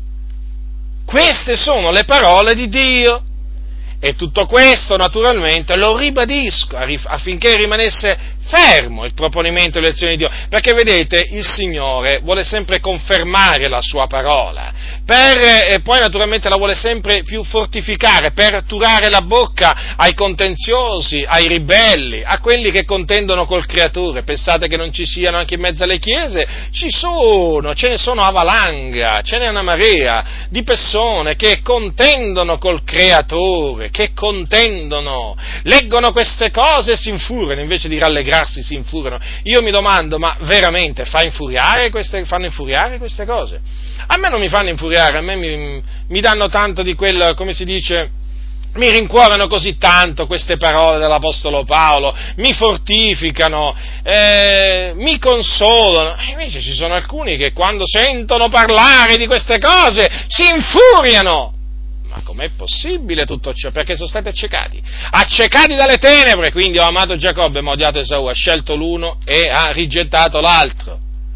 Queste sono le parole di Dio. E tutto questo, naturalmente, lo ribadisco affinché rimanesse fermo il proponimento delle elezioni di Dio, perché vedete, il Signore vuole sempre confermare la sua parola, per, e poi naturalmente la vuole sempre più fortificare, per turare la bocca ai contenziosi, ai ribelli, a quelli che contendono col Creatore. Pensate che non ci siano anche in mezzo alle chiese? Ci sono, ce ne sono a valanga, ce n'è una marea di persone che contendono col Creatore, che contendono, leggono queste cose e si infuriano, invece di rallegrarsi si infuriano. Io mi domando, ma veramente fa infuriare queste, fanno infuriare queste cose? A me non mi fanno infuriare, a me mi, mi danno tanto di quel, come si dice, mi rincuorano così tanto queste parole dell'Apostolo Paolo, mi fortificano, eh, mi consolano. E invece ci sono alcuni che quando sentono parlare di queste cose si infuriano. Ma com'è possibile tutto ciò? Perché sono stati accecati, accecati dalle tenebre. Quindi ho amato Giacobbe ma ho odiato Esaù, ha scelto l'uno e ha rigettato l'altro.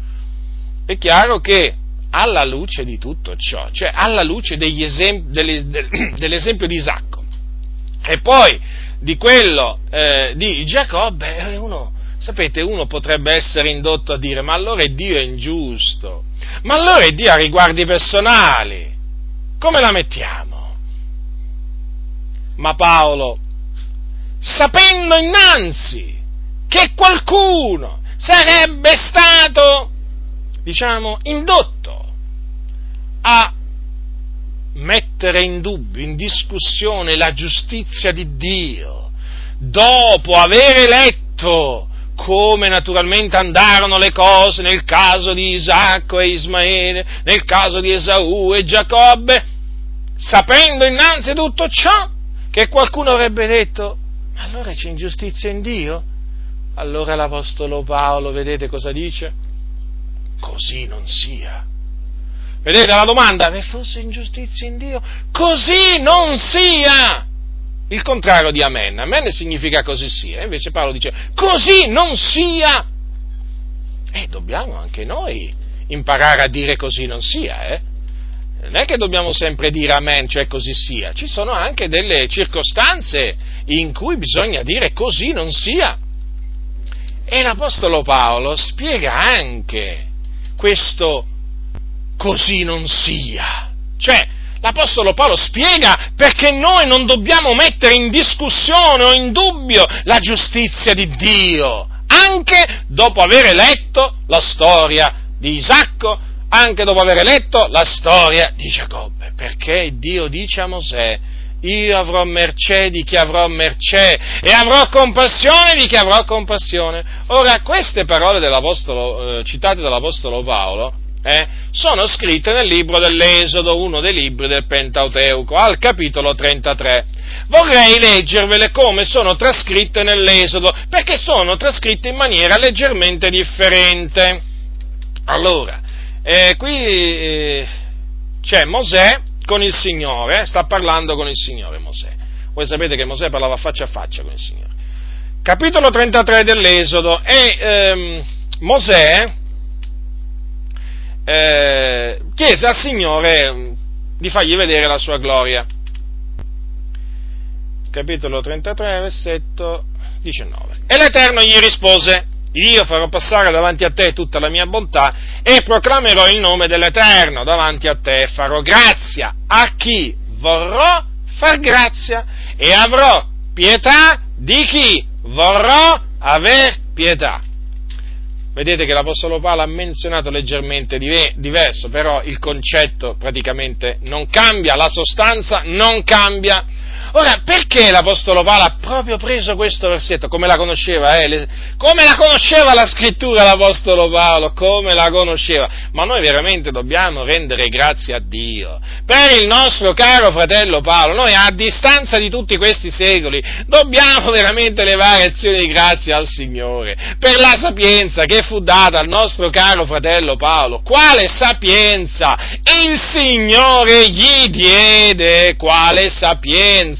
È chiaro che alla luce di tutto ciò, cioè alla luce degli esempi, delle, dell'esempio di Isacco e poi di quello eh, di Giacobbe, uno, sapete, uno potrebbe essere indotto a dire: ma allora Dio è ingiusto, ma allora Dio ha riguardi personali. come la mettiamo? Ma Paolo, sapendo innanzi che qualcuno sarebbe stato, diciamo, indotto a mettere in dubbio, in discussione la giustizia di Dio, dopo aver letto come naturalmente andarono le cose nel caso di Isacco e Ismaele, nel caso di Esaù e Giacobbe, sapendo innanzitutto ciò, che qualcuno avrebbe detto: ma allora c'è ingiustizia in Dio? Allora l'Apostolo Paolo, vedete cosa dice? Così non sia. Vedete la domanda? Se fosse ingiustizia in Dio, così non sia! Il contrario di amen. Amen significa così sia. Invece Paolo dice: così non sia! E dobbiamo anche noi imparare a dire così non sia, eh? Non è che dobbiamo sempre dire amen, cioè così sia. Ci sono anche delle circostanze in cui bisogna dire così non sia. E l'Apostolo Paolo spiega anche questo così non sia. Cioè, l'Apostolo Paolo spiega perché noi non dobbiamo mettere in discussione o in dubbio la giustizia di Dio, anche dopo aver letto la storia di Isacco, anche dopo aver letto la storia di Giacobbe, perché Dio dice a Mosè: io avrò mercé di chi avrò mercé e avrò compassione di chi avrò compassione. Ora, queste parole dell'Apostolo, eh, citate dall'Apostolo Paolo, eh, sono scritte nel libro dell'Esodo, uno dei libri del Pentateuco, al capitolo trentatré. Vorrei leggervele come sono trascritte nell'Esodo, perché sono trascritte in maniera leggermente differente. Allora, eh, qui eh, c'è Mosè con il Signore, eh, sta parlando con il Signore Mosè. Voi sapete che Mosè parlava faccia a faccia con il Signore. Capitolo trentatré dell'Esodo, e ehm, Mosè eh, chiese al Signore di fargli vedere la sua gloria. Capitolo trentatré, versetto diciannove. E l'Eterno gli rispose: io farò passare davanti a te tutta la mia bontà e proclamerò il nome dell'Eterno davanti a te, farò grazia a chi vorrò far grazia e avrò pietà di chi vorrò aver pietà. Vedete che l'Apostolo Paolo ha menzionato leggermente diverso, però il concetto praticamente non cambia, la sostanza non cambia. Ora, perché l'Apostolo Paolo ha proprio preso questo versetto? Come la conosceva, eh? Le, come la conosceva la scrittura l'Apostolo Paolo? Come la conosceva? Ma noi veramente dobbiamo rendere grazie a Dio per il nostro caro fratello Paolo. Noi, a distanza di tutti questi secoli, dobbiamo veramente levare azioni di grazia al Signore per la sapienza che fu data al nostro caro fratello Paolo. Quale sapienza? Il Signore gli diede quale sapienza?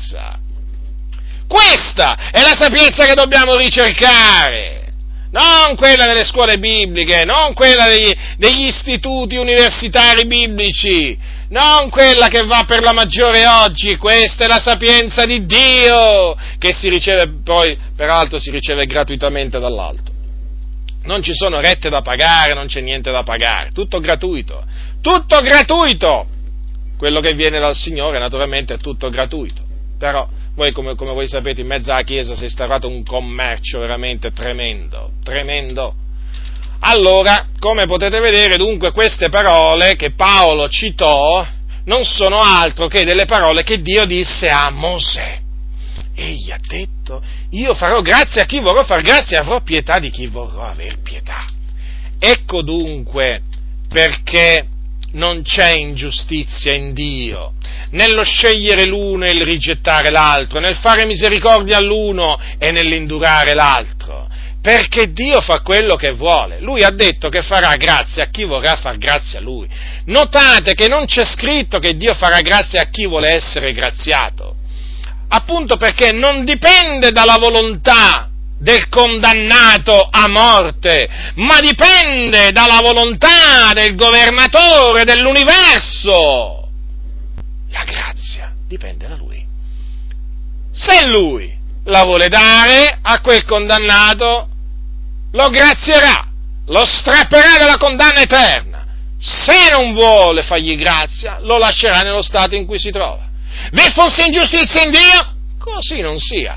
Questa è la sapienza che dobbiamo ricercare, non quella delle scuole bibliche, non quella degli, degli istituti universitari biblici, non quella che va per la maggiore oggi. Questa è la sapienza di Dio, che si riceve poi, peraltro si riceve gratuitamente dall'alto. Non ci sono rette da pagare, non c'è niente da pagare, tutto gratuito, tutto gratuito. Quello che viene dal Signore naturalmente è tutto gratuito, però voi come, come voi sapete in mezzo alla Chiesa si è instaurato un commercio veramente tremendo, tremendo. Allora, come potete vedere, dunque, queste parole che Paolo citò non sono altro che delle parole che Dio disse a Mosè. Egli ha detto: io farò grazia a chi vorrò far grazia e avrò pietà di chi vorrò aver pietà. Ecco dunque perché non c'è ingiustizia in Dio, nello scegliere l'uno e il rigettare l'altro, nel fare misericordia all'uno e nell'indurare l'altro, perché Dio fa quello che vuole. Lui ha detto che farà grazia a chi vorrà far grazia a Lui. Notate che non c'è scritto che Dio farà grazia a chi vuole essere graziato, appunto perché non dipende dalla volontà del condannato a morte, ma dipende dalla volontà del governatore dell'universo. La grazia dipende da Lui. Se Lui la vuole dare a quel condannato, lo grazierà, lo strapperà dalla condanna eterna. se non vuole fargli grazia, lo lascerà nello stato in cui si trova. Vi fosse ingiustizia in Dio? Così non sia.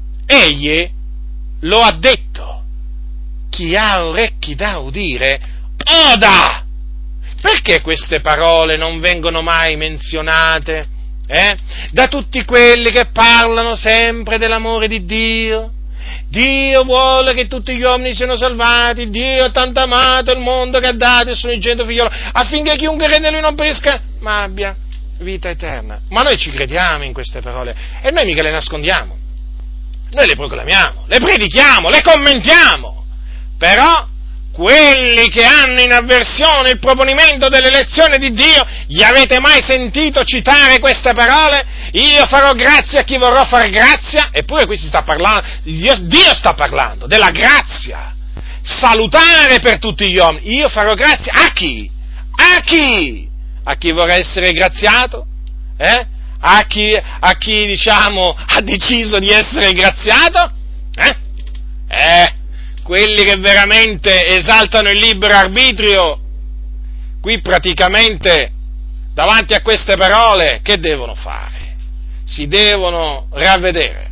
Egli lo ha detto. Chi ha orecchi da udire, oda! Perché queste parole non vengono mai menzionate eh? da tutti quelli che parlano sempre dell'amore di Dio? Dio vuole che tutti gli uomini siano salvati, Dio ha tanto amato il mondo che ha dato il suo unigenito figliolo, affinché chiunque crede in lui non perisca, ma abbia vita eterna. Ma noi ci crediamo in queste parole e noi mica le nascondiamo, noi le proclamiamo, le predichiamo, le commentiamo, però quelli che hanno in avversione il proponimento dell'elezione di Dio, gli avete mai sentito citare queste parole? Io farò grazia a chi vorrò far grazia, eppure qui si sta parlando, Dio, Dio sta parlando della grazia, salutare per tutti gli uomini. Io farò grazia a chi? A chi? A chi vorrà essere graziato? Eh? A chi, a chi, diciamo, ha deciso di essere graziato? Eh? Eh? Quelli che veramente esaltano il libero arbitrio, qui praticamente, davanti a queste parole, che devono fare? Si devono ravvedere.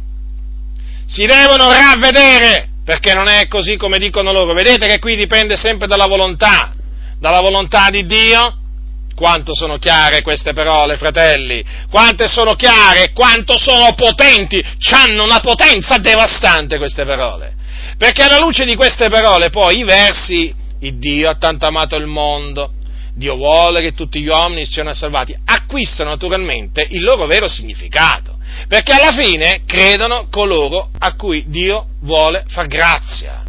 Si devono ravvedere, perché non è così come dicono loro. Vedete che qui dipende sempre dalla volontà, dalla volontà di Dio. Quanto sono chiare queste parole, fratelli? Quante sono chiare, quanto sono potenti, c'hanno una potenza devastante queste parole. Perché alla luce di queste parole poi i versi, il Dio ha tanto amato il mondo, Dio vuole che tutti gli uomini siano salvati, acquistano naturalmente il loro vero significato, perché alla fine credono coloro a cui Dio vuole far grazia.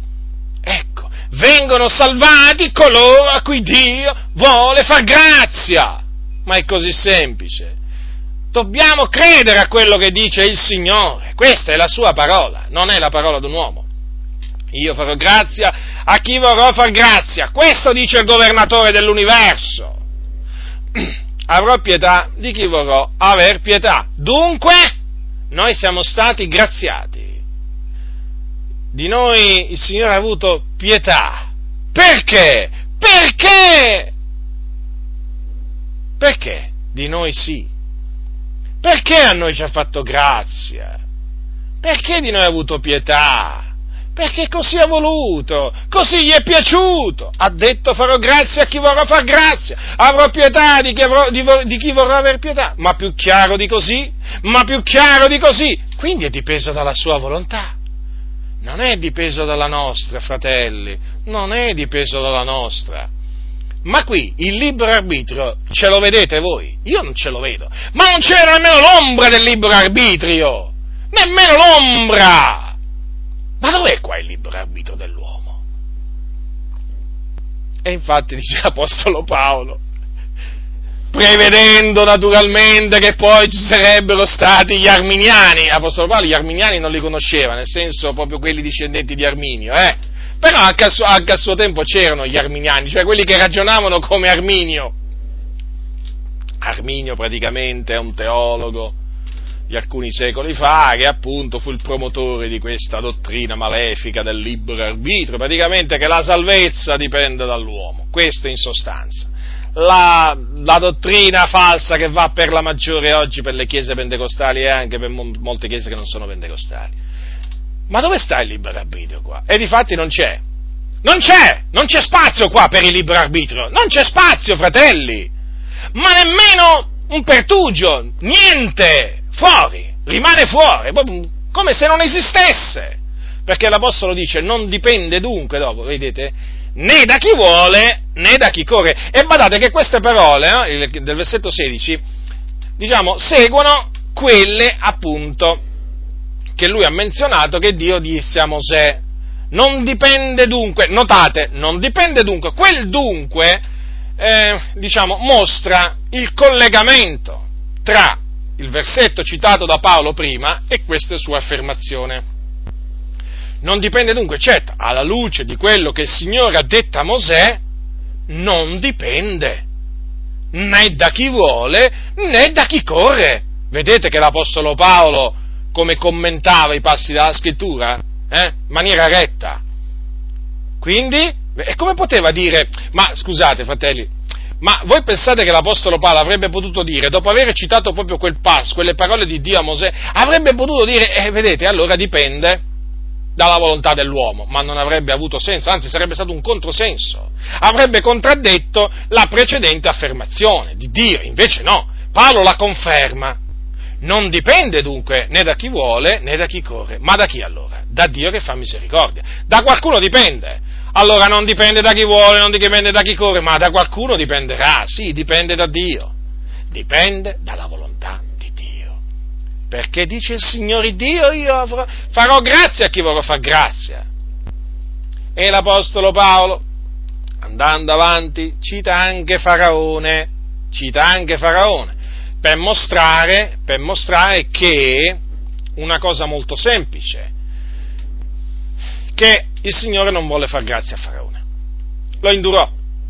Ecco, vengono salvati coloro a cui Dio vuole far grazia, ma è così semplice. Dobbiamo credere a quello che dice il Signore, questa è la sua parola, non è la parola di un uomo. Io farò grazia a chi vorrò far grazia, questo dice il governatore dell'universo. Avrò pietà di chi vorrò aver pietà. Dunque, noi siamo stati graziati. Di noi il Signore ha avuto pietà. Perché? Perché? Perché? Di noi sì. Perché a noi ci ha fatto grazia? Perché di noi ha avuto pietà? Perché così ha voluto, così gli è piaciuto, ha detto farò grazia a chi vorrà far grazia, avrò pietà di chi, avrò, di, di chi vorrà aver pietà, ma più chiaro di così, ma più chiaro di così, quindi è dipeso dalla sua volontà, non è dipeso dalla nostra, fratelli, non è dipeso dalla nostra, ma qui il libero arbitrio ce lo vedete voi? Io non ce lo vedo, ma non c'è nemmeno l'ombra del libero arbitrio, nemmeno l'ombra! Ma dov'è qua il libero arbitrio dell'uomo? E infatti dice l'Apostolo Paolo, prevedendo naturalmente che poi ci sarebbero stati gli arminiani. L'Apostolo Paolo gli arminiani non li conosceva, nel senso proprio quelli discendenti di Arminio, eh? Però anche a, suo, anche a suo tempo c'erano gli arminiani, cioè quelli che ragionavano come Arminio. Arminio praticamente è un teologo di alcuni secoli fa, che appunto fu il promotore di questa dottrina malefica del libero arbitrio, praticamente che la salvezza dipende dall'uomo, questo in sostanza. La, la dottrina falsa che va per la maggiore oggi per le chiese pentecostali e anche per mo- molte chiese che non sono pentecostali. Ma dove sta il libero arbitrio qua? E difatti non c'è, non c'è, non c'è spazio qua per il libero arbitrio, non c'è spazio, fratelli, ma nemmeno un pertugio, niente! Fuori, rimane fuori, come se non esistesse, perché l'Apostolo dice non dipende dunque, dopo, vedete, né da chi vuole né da chi corre, e badate che queste parole eh, del versetto sedici, diciamo, seguono quelle appunto che lui ha menzionato che Dio disse a Mosè, non dipende dunque, notate, non dipende dunque, quel dunque, eh, diciamo, mostra il collegamento tra il versetto citato da Paolo prima e questa sua affermazione. Non dipende dunque, certo, alla luce di quello che il Signore ha detto a Mosè, non dipende né da chi vuole né da chi corre. Vedete che l'Apostolo Paolo come commentava i passi della Scrittura, eh? In maniera retta. Quindi E come poteva dire, ma scusate fratelli, ma voi pensate che l'Apostolo Paolo avrebbe potuto dire, dopo aver citato proprio quel passo, quelle parole di Dio a Mosè, avrebbe potuto dire, eh, vedete, allora dipende dalla volontà dell'uomo, ma non avrebbe avuto senso, anzi sarebbe stato un controsenso, avrebbe contraddetto la precedente affermazione di Dio, invece no, Paolo la conferma. Non dipende dunque né da chi vuole né da chi corre, ma da chi allora? Da Dio che fa misericordia. Da qualcuno dipende. Allora non dipende da chi vuole, non dipende da chi corre, ma da qualcuno dipenderà. Sì, dipende da Dio. Dipende dalla volontà di Dio. Perché dice il Signore Dio, io avrò, farò grazia a chi vorrò far grazia. E l'Apostolo Paolo, andando avanti, cita anche Faraone, cita anche Faraone. Per mostrare, per mostrare che una cosa molto semplice, che il Signore non vuole far grazia a Faraone. Lo indurò,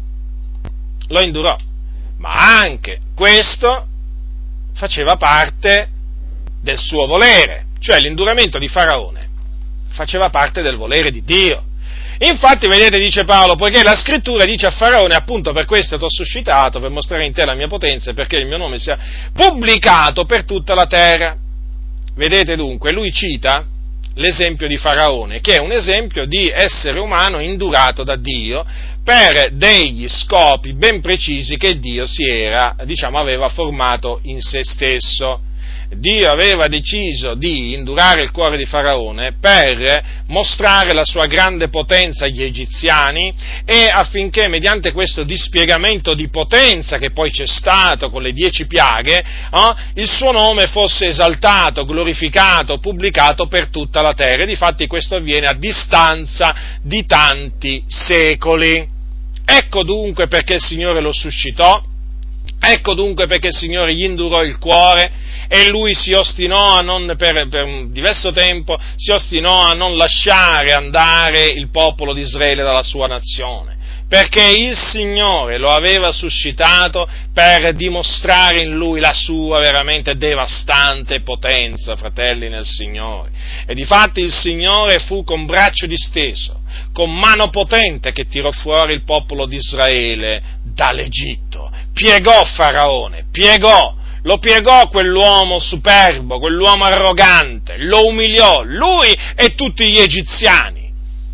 lo indurò, ma anche questo faceva parte del suo volere, cioè l'induramento di Faraone faceva parte del volere di Dio. Infatti, vedete, dice Paolo, poiché la scrittura dice a Faraone, appunto per questo ti ho suscitato, per mostrare in te la mia potenza e perché il mio nome sia pubblicato per tutta la terra. Vedete dunque, lui cita l'esempio di Faraone, che è un esempio di essere umano indurato da Dio per degli scopi ben precisi che Dio si era, diciamo, aveva formato in se stesso. Dio aveva deciso di indurare il cuore di Faraone per mostrare la sua grande potenza agli egiziani e affinché mediante questo dispiegamento di potenza che poi c'è stato con le dieci piaghe, eh, il suo nome fosse esaltato, glorificato, pubblicato per tutta la terra. E difatti questo avviene a distanza di tanti secoli. Ecco dunque perché il Signore lo suscitò, ecco dunque perché il Signore gli indurò il cuore, e lui si ostinò a non, per, per un diverso tempo, si ostinò a non lasciare andare il popolo di Israele dalla sua nazione, perché il Signore lo aveva suscitato per dimostrare in lui la sua veramente devastante potenza, fratelli nel Signore. E difatti il Signore fu con braccio disteso, con mano potente che tirò fuori il popolo di Israele dall'Egitto, piegò Faraone, piegò, lo piegò quell'uomo superbo, quell'uomo arrogante, lo umiliò, lui e tutti gli egiziani,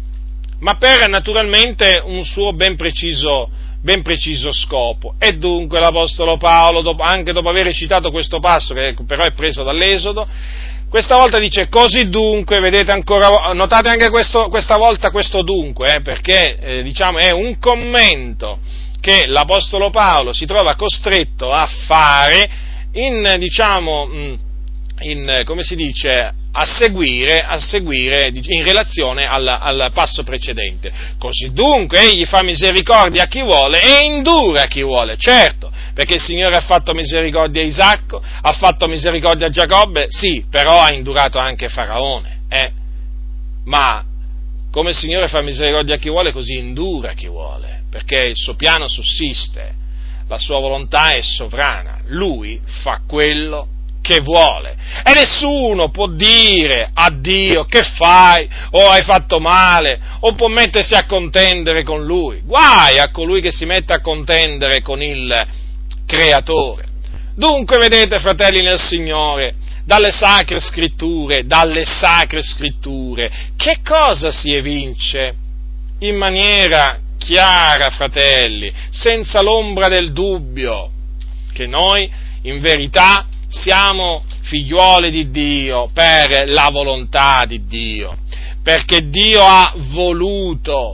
ma per naturalmente un suo ben preciso, ben preciso scopo. E dunque l'Apostolo Paolo, dopo, anche dopo aver citato questo passo, che però è preso dall'Esodo, questa volta dice, così dunque, vedete ancora, notate anche questo, questa volta questo dunque, eh, perché eh, diciamo è un commento che l'Apostolo Paolo si trova costretto a fare in, diciamo, in, come si dice, a seguire, a seguire in relazione al, al passo precedente. Così dunque egli fa misericordia a chi vuole e indura a chi vuole, certo, perché il Signore ha fatto misericordia a Isacco, ha fatto misericordia a Giacobbe, sì, però ha indurato anche Faraone, eh? Ma come il Signore fa misericordia a chi vuole, così indura a chi vuole, perché il suo piano sussiste, la sua volontà è sovrana, lui fa quello che vuole e nessuno può dire a Dio che fai o hai fatto male o può mettersi a contendere con lui. Guai a colui che si mette a contendere con il Creatore. Dunque vedete, fratelli nel Signore, dalle sacre scritture, dalle sacre scritture, che cosa si evince in maniera chiara, fratelli, senza l'ombra del dubbio, che noi in verità siamo figliuoli di Dio per la volontà di Dio, perché Dio ha voluto,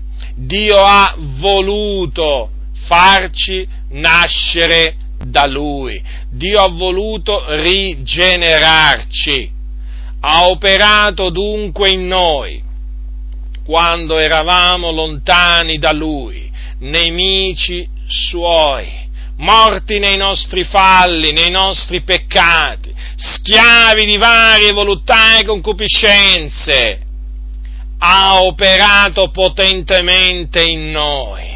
Dio ha voluto farci nascere da Lui, Dio ha voluto rigenerarci, ha operato dunque in noi, quando eravamo lontani da Lui, nemici Suoi, morti nei nostri falli, nei nostri peccati, schiavi di varie voluttà e concupiscenze, ha operato potentemente in noi,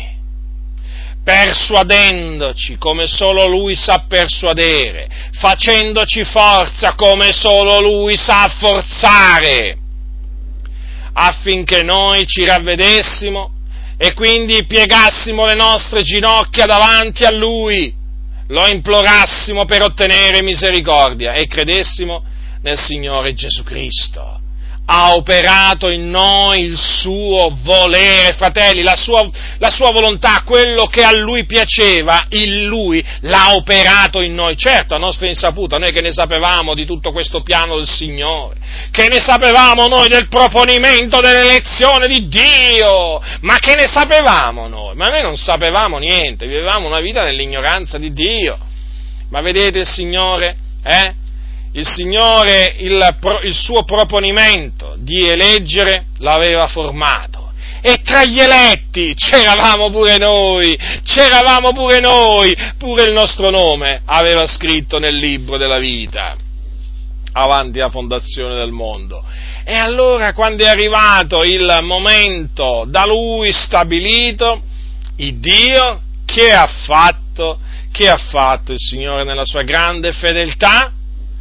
persuadendoci come solo Lui sa persuadere, facendoci forza come solo Lui sa forzare, affinché noi ci ravvedessimo e quindi piegassimo le nostre ginocchia davanti a Lui, lo implorassimo per ottenere misericordia e credessimo nel Signore Gesù Cristo. Ha operato in noi il suo volere, fratelli, la sua, la sua volontà, quello che a Lui piaceva, in Lui l'ha operato in noi, certo a nostra insaputa, noi che ne sapevamo di tutto questo piano del Signore, che ne sapevamo noi del proponimento dell'elezione di Dio, ma che ne sapevamo noi? Ma noi non sapevamo niente, vivevamo una vita nell'ignoranza di Dio, ma vedete il Signore, eh? Il Signore, il, il suo proponimento di eleggere l'aveva formato, e tra gli eletti c'eravamo pure noi, c'eravamo pure noi, pure il nostro nome aveva scritto nel libro della vita, avanti la fondazione del mondo. E allora, quando è arrivato il momento da Lui stabilito, il Dio, che ha fatto? Che ha fatto il Signore nella sua grande fedeltà?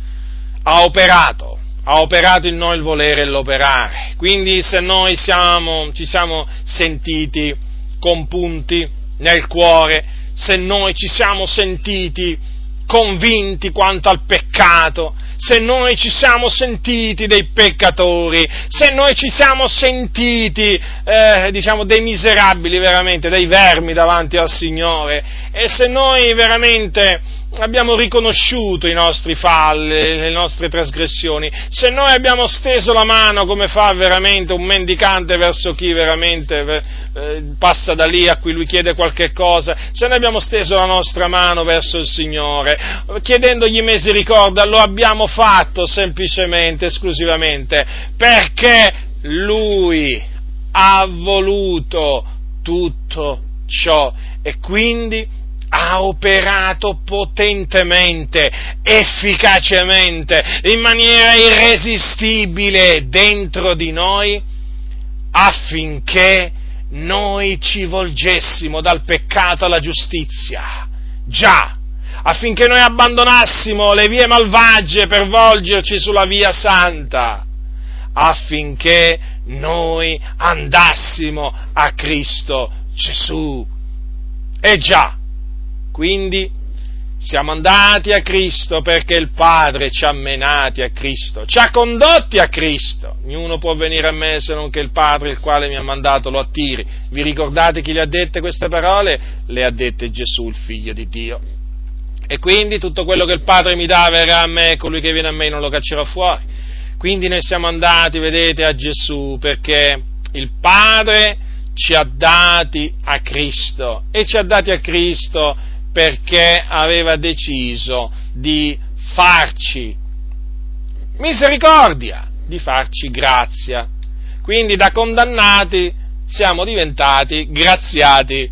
Ha operato, ha operato in noi il volere e l'operare. Quindi se noi siamo, ci siamo sentiti compunti nel cuore, se noi ci siamo sentiti convinti quanto al peccato, se noi ci siamo sentiti dei peccatori, se noi ci siamo sentiti, eh, diciamo, dei miserabili veramente, dei vermi davanti al Signore, e se noi veramente abbiamo riconosciuto i nostri falli, le nostre trasgressioni, se noi abbiamo steso la mano come fa veramente un mendicante verso chi veramente eh, passa da lì a cui lui chiede qualche cosa, se noi abbiamo steso la nostra mano verso il Signore, chiedendogli misericordia, lo abbiamo fatto semplicemente, esclusivamente, perché Lui ha voluto tutto ciò, e quindi ha operato potentemente, efficacemente, in maniera irresistibile dentro di noi, affinché noi ci volgessimo dal peccato alla giustizia. Già, affinché noi abbandonassimo le vie malvagie per volgerci sulla via santa, affinché noi andassimo a Cristo Gesù. E già, quindi siamo andati a Cristo perché il Padre ci ha menati a Cristo, ci ha condotti a Cristo. Ognuno può venire a me se non che il Padre, il quale mi ha mandato, lo attiri. Vi ricordate chi le ha dette queste parole? Le ha dette Gesù, il Figlio di Dio. E quindi tutto quello che il Padre mi dà verrà a me, colui che viene a me non lo caccerò fuori. Quindi noi siamo andati, vedete, a Gesù perché il Padre ci ha dati a Cristo, e ci ha dati a Cristo perché aveva deciso di farci misericordia, di farci grazia. Quindi da condannati siamo diventati graziati,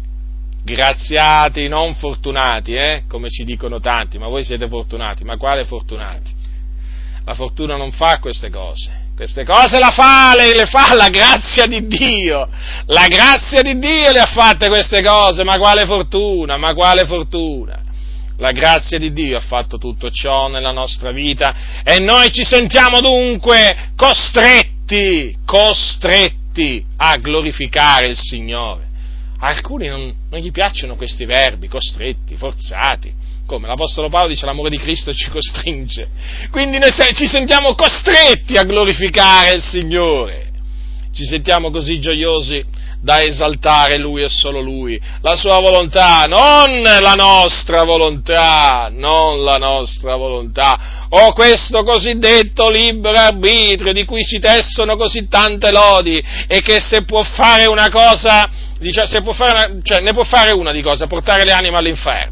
graziati, non fortunati, eh? Come ci dicono tanti, ma voi siete fortunati, ma quale fortunati? La fortuna non fa queste cose. Queste cose la fa, le, le fa la grazia di Dio, la grazia di Dio le ha fatte queste cose, ma quale fortuna, ma quale fortuna. La grazia di Dio ha fatto tutto ciò nella nostra vita, e noi ci sentiamo dunque costretti, costretti a glorificare il Signore. A alcuni non, non gli piacciono questi verbi, costretti, forzati. Come? L'Apostolo Paolo dice: l'amore di Cristo ci costringe. Quindi noi ci sentiamo costretti a glorificare il Signore. Ci sentiamo così gioiosi da esaltare Lui e solo Lui, la Sua volontà, non la nostra volontà, non la nostra volontà, o questo cosiddetto libero arbitrio di cui si tessono così tante lodi, e che se può fare una cosa, dice, se può fare una, cioè ne può fare una di cosa, portare le anime all'inferno.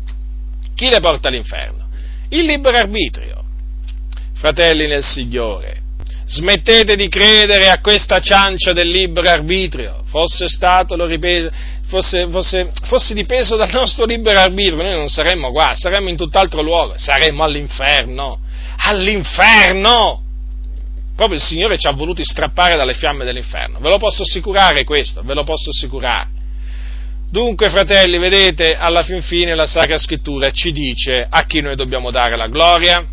Chi le porta all'inferno? Il libero arbitrio. Fratelli nel Signore, smettete di credere a questa ciancia del libero arbitrio. Fosse stato, lo ripeto, fosse, fosse, fosse dipeso dal nostro libero arbitrio, noi non saremmo qua, saremmo in tutt'altro luogo, saremmo all'inferno, all'inferno! Proprio il Signore ci ha voluti strappare dalle fiamme dell'inferno, ve lo posso assicurare questo, ve lo posso assicurare. Dunque, fratelli, vedete, alla fin fine la Sacra Scrittura ci dice a chi noi dobbiamo dare la gloria,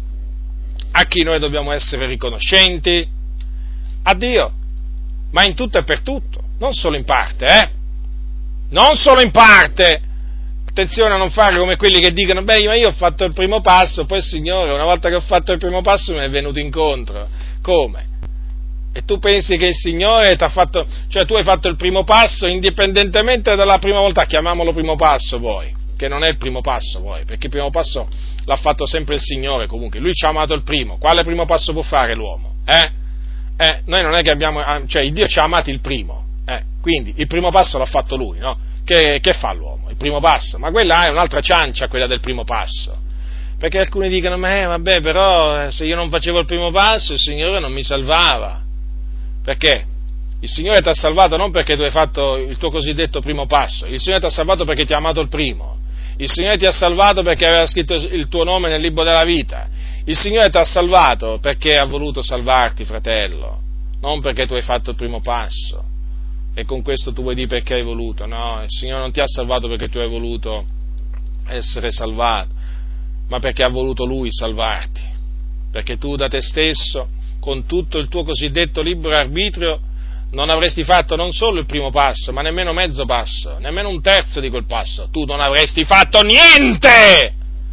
a chi noi dobbiamo essere riconoscenti, a Dio, ma in tutto e per tutto, non solo in parte, eh? non solo in parte. Attenzione a non fare come quelli che dicono, beh, ma io ho fatto il primo passo, poi il Signore, una volta che ho fatto il primo passo, mi è venuto incontro. Come? E tu pensi che il Signore ti ha fatto, cioè tu hai fatto il primo passo indipendentemente dalla prima volta, chiamiamolo primo passo poi, che non è il primo passo poi, perché il primo passo l'ha fatto sempre il Signore comunque, Lui ci ha amato il primo, quale primo passo può fare l'uomo? Eh? Eh, noi non è che abbiamo, cioè il Dio ci ha amati il primo, eh? Quindi il primo passo l'ha fatto Lui, no? Che, che fa l'uomo? Il primo passo, ma quella è un'altra ciancia, quella del primo passo, perché alcuni dicono, ma eh, vabbè, però se io non facevo il primo passo il Signore non mi salvava. Perché? Il Signore ti ha salvato non perché tu hai fatto il tuo cosiddetto primo passo, il Signore ti ha salvato perché ti ha amato il primo, il Signore ti ha salvato perché aveva scritto il tuo nome nel libro della vita, il Signore ti ha salvato perché ha voluto salvarti, fratello, non perché tu hai fatto il primo passo. E con questo tu vuoi dire perché hai voluto, no? Il Signore non ti ha salvato perché tu hai voluto essere salvato, ma perché ha voluto Lui salvarti, perché tu da te stesso, con tutto il tuo cosiddetto libero arbitrio, non avresti fatto non solo il primo passo, ma nemmeno mezzo passo, nemmeno un terzo di quel passo, tu non avresti fatto niente,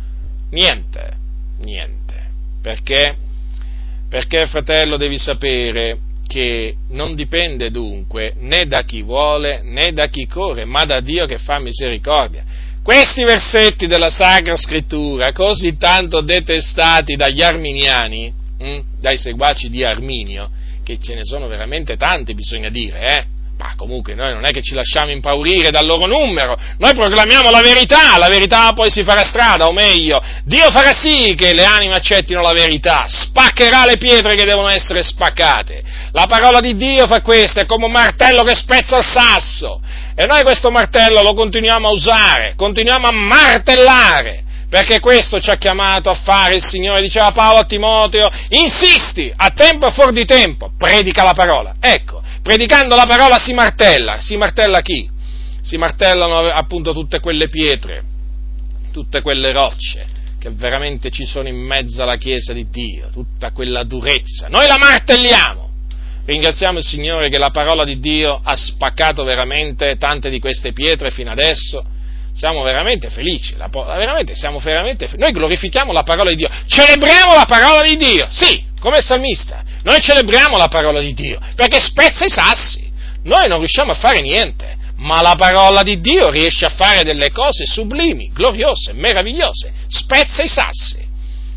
niente, niente, perché? Perché, fratello, devi sapere che non dipende dunque né da chi vuole né da chi corre, ma da Dio che fa misericordia. Questi versetti della Sacra Scrittura, così tanto detestati dagli arminiani, hm, dai seguaci di Arminio, che ce ne sono veramente tanti, bisogna dire, eh? Ma comunque noi non è che ci lasciamo impaurire dal loro numero, noi proclamiamo la verità, la verità poi si farà strada, o meglio, Dio farà sì che le anime accettino la verità, spaccherà le pietre che devono essere spaccate. La parola di Dio fa questo, è come un martello che spezza il sasso, e noi questo martello lo continuiamo a usare, continuiamo a martellare, perché questo ci ha chiamato a fare il Signore. Diceva Paolo a Timoteo, insisti, a tempo e fuori di tempo, predica la parola. Ecco, predicando la parola si martella, si martella chi? Si martellano appunto tutte quelle pietre, tutte quelle rocce che veramente ci sono in mezzo alla Chiesa di Dio, tutta quella durezza, noi la martelliamo. Ringraziamo il Signore che la parola di Dio ha spaccato veramente tante di queste pietre fino adesso. Siamo veramente felici, la, veramente, siamo veramente felici. Noi glorifichiamo la parola di Dio, celebriamo la parola di Dio, sì, come il salmista, noi celebriamo la parola di Dio, perché spezza i sassi, noi non riusciamo a fare niente, ma la parola di Dio riesce a fare delle cose sublimi, gloriose, meravigliose, spezza i sassi.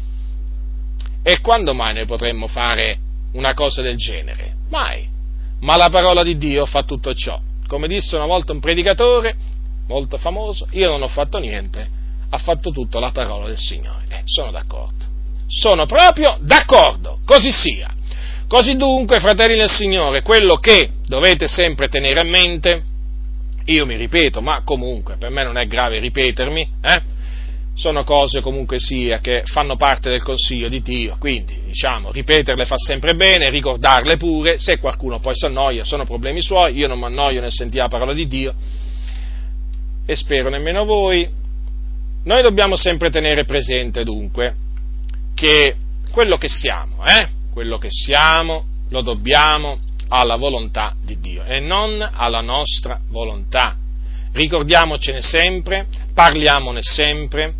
E quando mai noi potremmo fare una cosa del genere? Mai, ma la parola di Dio fa tutto ciò. Come disse una volta un predicatore molto famoso, io non ho fatto niente, ha fatto tutto la parola del Signore. Eh, sono d'accordo, sono proprio d'accordo, così sia. Così dunque, fratelli del Signore, quello che dovete sempre tenere a mente, io mi ripeto, ma comunque per me non è grave ripetermi, eh? Sono cose comunque sia che fanno parte del consiglio di Dio, quindi diciamo ripeterle fa sempre bene, ricordarle pure, se qualcuno poi si annoia sono problemi suoi, io non mi annoio nel sentire la parola di Dio, e spero nemmeno voi. Noi dobbiamo sempre tenere presente dunque che quello che siamo, eh, quello che siamo lo dobbiamo alla volontà di Dio e non alla nostra volontà. Ricordiamocene sempre, parliamone sempre,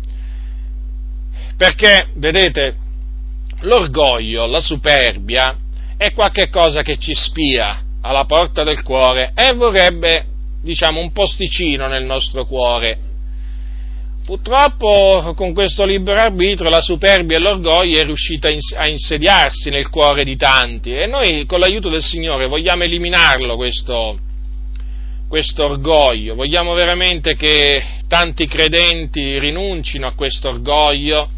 perché, vedete, l'orgoglio, la superbia è qualche cosa che ci spia alla porta del cuore e vorrebbe, diciamo, un posticino nel nostro cuore. Purtroppo con questo libero arbitrio la superbia e l'orgoglio è riuscita a insediarsi nel cuore di tanti e noi con l'aiuto del Signore vogliamo eliminarlo questo, questo orgoglio, vogliamo veramente che tanti credenti rinuncino a questo orgoglio,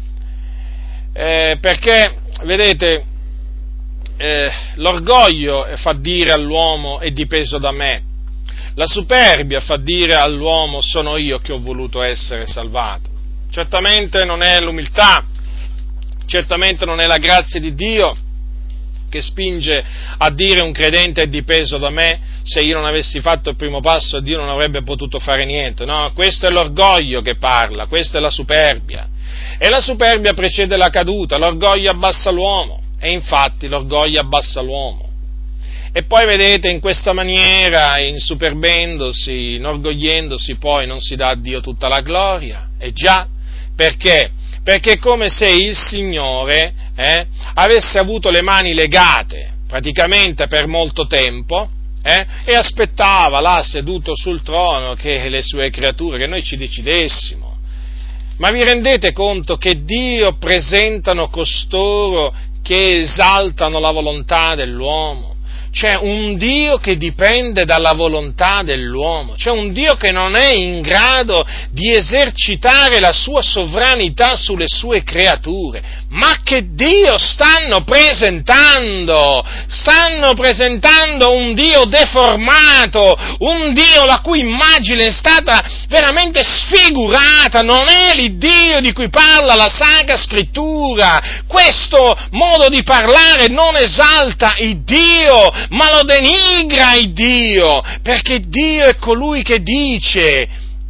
eh, perché, vedete, eh, l'orgoglio fa dire all'uomo è dipeso da me. La superbia fa dire all'uomo sono io che ho voluto essere salvato. Certamente non è l'umiltà, certamente non è la grazia di Dio che spinge a dire un credente è dipeso da me, se io non avessi fatto il primo passo Dio non avrebbe potuto fare niente. No, questo è l'orgoglio che parla, questa è la superbia. E la superbia precede la caduta, l'orgoglio abbassa l'uomo, e infatti l'orgoglio abbassa l'uomo. E poi vedete, in questa maniera, insuperbendosi, inorgogliendosi, poi non si dà a Dio tutta la gloria. E già, perché? Perché è come se il Signore eh, avesse avuto le mani legate, praticamente per molto tempo, eh, e aspettava là, seduto sul trono, che le sue creature, che noi ci decidessimo. Ma vi rendete conto che Dio presentano costoro che esaltano la volontà dell'uomo? C'è un Dio che dipende dalla volontà dell'uomo, c'è un Dio che non è in grado di esercitare la sua sovranità sulle sue creature. Ma che Dio stanno presentando? Stanno presentando un Dio deformato, un Dio la cui immagine è stata veramente sfigurata, non è l'Iddio di cui parla la Sacra Scrittura. Questo modo di parlare non esalta il Dio, ma lo denigra il Dio, perché Dio è colui che dice: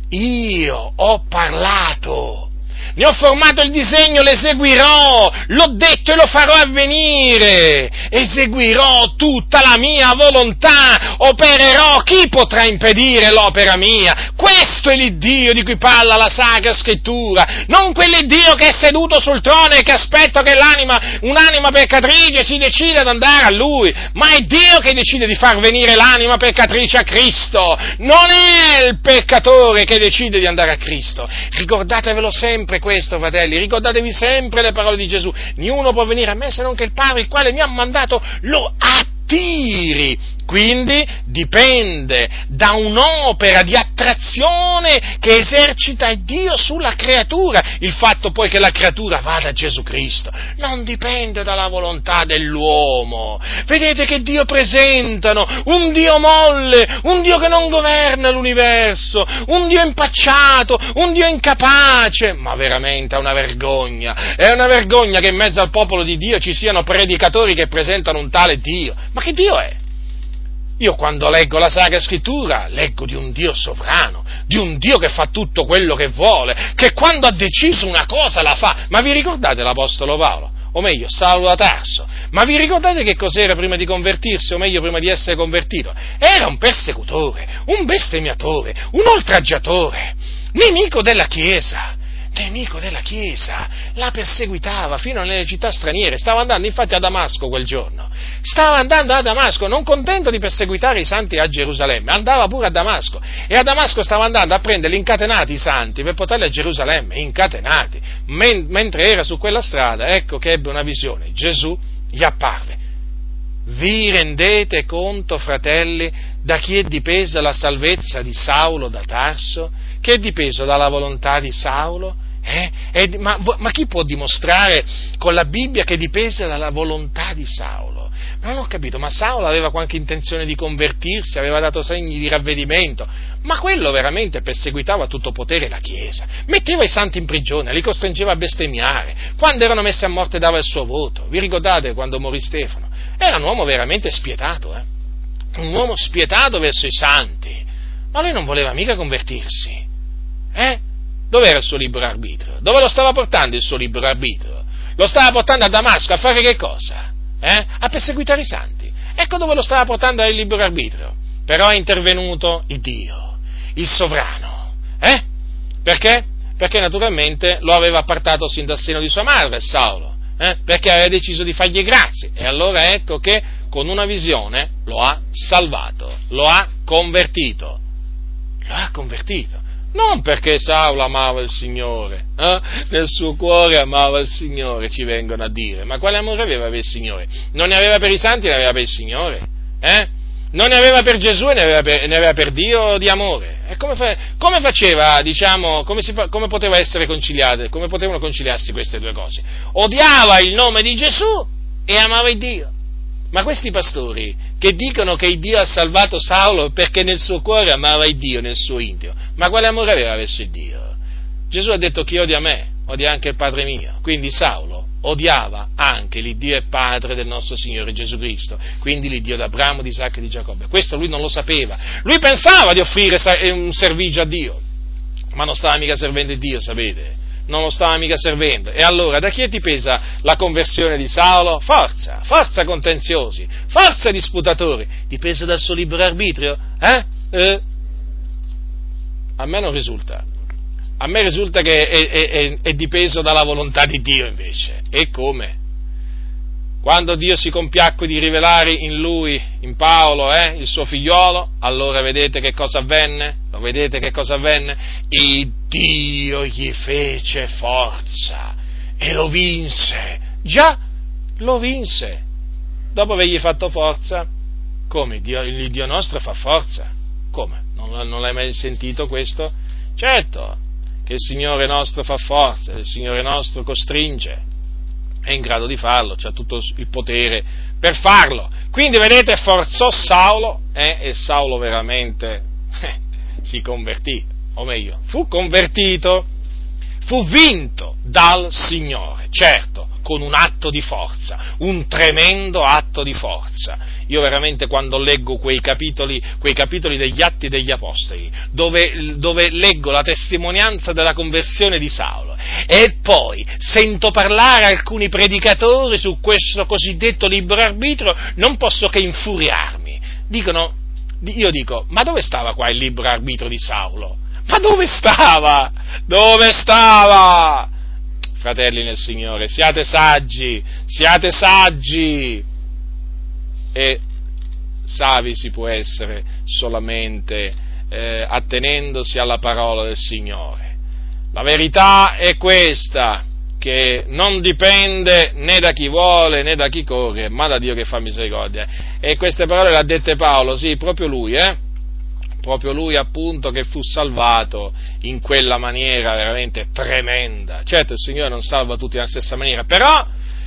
io ho parlato, ne ho formato il disegno, l'eseguirò, l'ho detto e lo farò avvenire, eseguirò tutta la mia volontà, opererò, chi potrà impedire l'opera mia? Questo è l'Iddio di cui parla la Sacra Scrittura, non quell'Iddio che è seduto sul trono e che aspetta che l'anima, un'anima peccatrice si decida ad andare a Lui, ma è Dio che decide di far venire l'anima peccatrice a Cristo, non è il peccatore che decide di andare a Cristo. Ricordatevelo sempre questo, fratelli, ricordatevi sempre le parole di Gesù: niuno può venire a me se non che il Padre, il quale mi ha mandato, lo attiri. Quindi dipende da un'opera di attrazione che esercita Dio sulla creatura. Il fatto poi che la creatura vada a Gesù Cristo non dipende dalla volontà dell'uomo. Vedete che Dio presentano un Dio molle, un Dio che non governa l'universo, un Dio impacciato, un Dio incapace. Ma veramente è una vergogna, è una vergogna che in mezzo al popolo di Dio ci siano predicatori che presentano un tale Dio. Ma che Dio è? Io quando leggo la Sacra Scrittura leggo di un Dio sovrano, di un Dio che fa tutto quello che vuole, che quando ha deciso una cosa la fa. Ma vi ricordate l'Apostolo Paolo? O meglio, Saulo da Tarso? Ma vi ricordate che cos'era prima di convertirsi, o meglio prima di essere convertito? Era un persecutore, un bestemmiatore, un oltraggiatore, nemico della Chiesa. Nemico della Chiesa, la perseguitava fino nelle città straniere, stava andando infatti a Damasco quel giorno, stava andando a Damasco, non contento di perseguitare i santi a Gerusalemme, andava pure a Damasco, e a Damasco stava andando a prendere incatenati i santi per portarli a Gerusalemme, incatenati, Men- mentre era su quella strada, ecco che ebbe una visione, Gesù gli apparve. Vi rendete conto, fratelli, da chi è dipesa la salvezza di Saulo da Tarso? Che è dipeso dalla volontà di Saulo? Eh? È, ma, ma chi può dimostrare con la Bibbia che è dipesa dalla volontà di Saulo? Ma non ho capito, ma Saulo aveva qualche intenzione di convertirsi, aveva dato segni di ravvedimento, ma quello veramente perseguitava a tutto potere la Chiesa, metteva i santi in prigione, li costringeva a bestemmiare, quando erano messi a morte dava il suo voto. Vi ricordate quando morì Stefano? Era un uomo veramente spietato, eh? Un uomo spietato verso i santi, ma lui non voleva mica convertirsi. Eh? Dov'era il suo libero arbitrio? Dove lo stava portando il suo libero arbitrio? Lo stava portando a Damasco a fare che cosa? Eh? A perseguitare i santi. Ecco dove lo stava portando il libero arbitrio. Però è intervenuto il Dio, il sovrano. Eh? Perché? Perché naturalmente lo aveva appartato sin dal seno di sua madre, Saulo. Eh? Perché aveva deciso di fargli grazie. E allora ecco che con una visione lo ha salvato, lo ha convertito. Lo ha convertito. Non perché Saulo amava il Signore, eh? Nel suo cuore amava il Signore, ci vengono a dire, ma quale amore aveva per il Signore? Non ne aveva per i santi, ne aveva per il Signore, eh? Non ne aveva per Gesù e ne aveva per, ne aveva per Dio di amore. E come, fa, come faceva, diciamo, come, si fa, come poteva essere conciliate, come potevano conciliarsi queste due cose? Odiava il nome di Gesù e amava il Dio. Ma questi pastori che dicono che il Dio ha salvato Saulo perché nel suo cuore amava il Dio, nel suo intimo, ma quale amore aveva verso il Dio? Gesù ha detto: chi odia me, odia anche il Padre mio. Quindi Saulo odiava anche l'Iddio e Padre del nostro Signore Gesù Cristo, quindi l'Iddio d'Abramo, di Isacco e di Giacobbe. Questo lui non lo sapeva. Lui pensava di offrire un servigio a Dio, ma non stava mica servendo il Dio, sapete? non lo stava mica servendo. E allora da chi ti pesa la conversione di Saulo? Forza, forza contenziosi, forza disputatori, dipesa dal suo libero arbitrio? Eh? Eh? A me non risulta. A me risulta che è, è, è, è dipeso dalla volontà di Dio invece. E come? Quando Dio si compiacque di rivelare in lui, in Paolo, eh, il suo figliolo, allora vedete che cosa avvenne? Lo vedete che cosa avvenne? E Dio gli fece forza e lo vinse. Già, lo vinse. Dopo avergli fatto forza, come? Dio, il Dio nostro fa forza? Come? Non, non l'hai mai sentito questo? Certo, che il Signore nostro fa forza, il Signore nostro costringe. È in grado di farlo, c'ha tutto il potere per farlo. Quindi vedete, forzò Saulo eh, e Saulo veramente eh, si convertì, o meglio, fu convertito, fu vinto dal Signore, certo, con un atto di forza, un tremendo atto di forza. Io veramente quando leggo quei capitoli, quei capitoli degli Atti degli Apostoli, dove, dove leggo la testimonianza della conversione di Saulo, e poi sento parlare alcuni predicatori su questo cosiddetto libero arbitrio, non posso che infuriarmi. Dicono, io dico, ma dove stava qua il libero arbitrio di Saulo? Ma dove stava? Dove stava? Fratelli nel Signore, siate saggi, siate saggi, e savi si può essere solamente eh, attenendosi alla parola del Signore. La verità è questa, che non dipende né da chi vuole né da chi corre, ma da Dio che fa misericordia. E queste parole le ha dette Paolo, sì, proprio lui, eh? Proprio lui appunto che fu salvato in quella maniera veramente tremenda. Certo, il Signore non salva tutti nella stessa maniera, però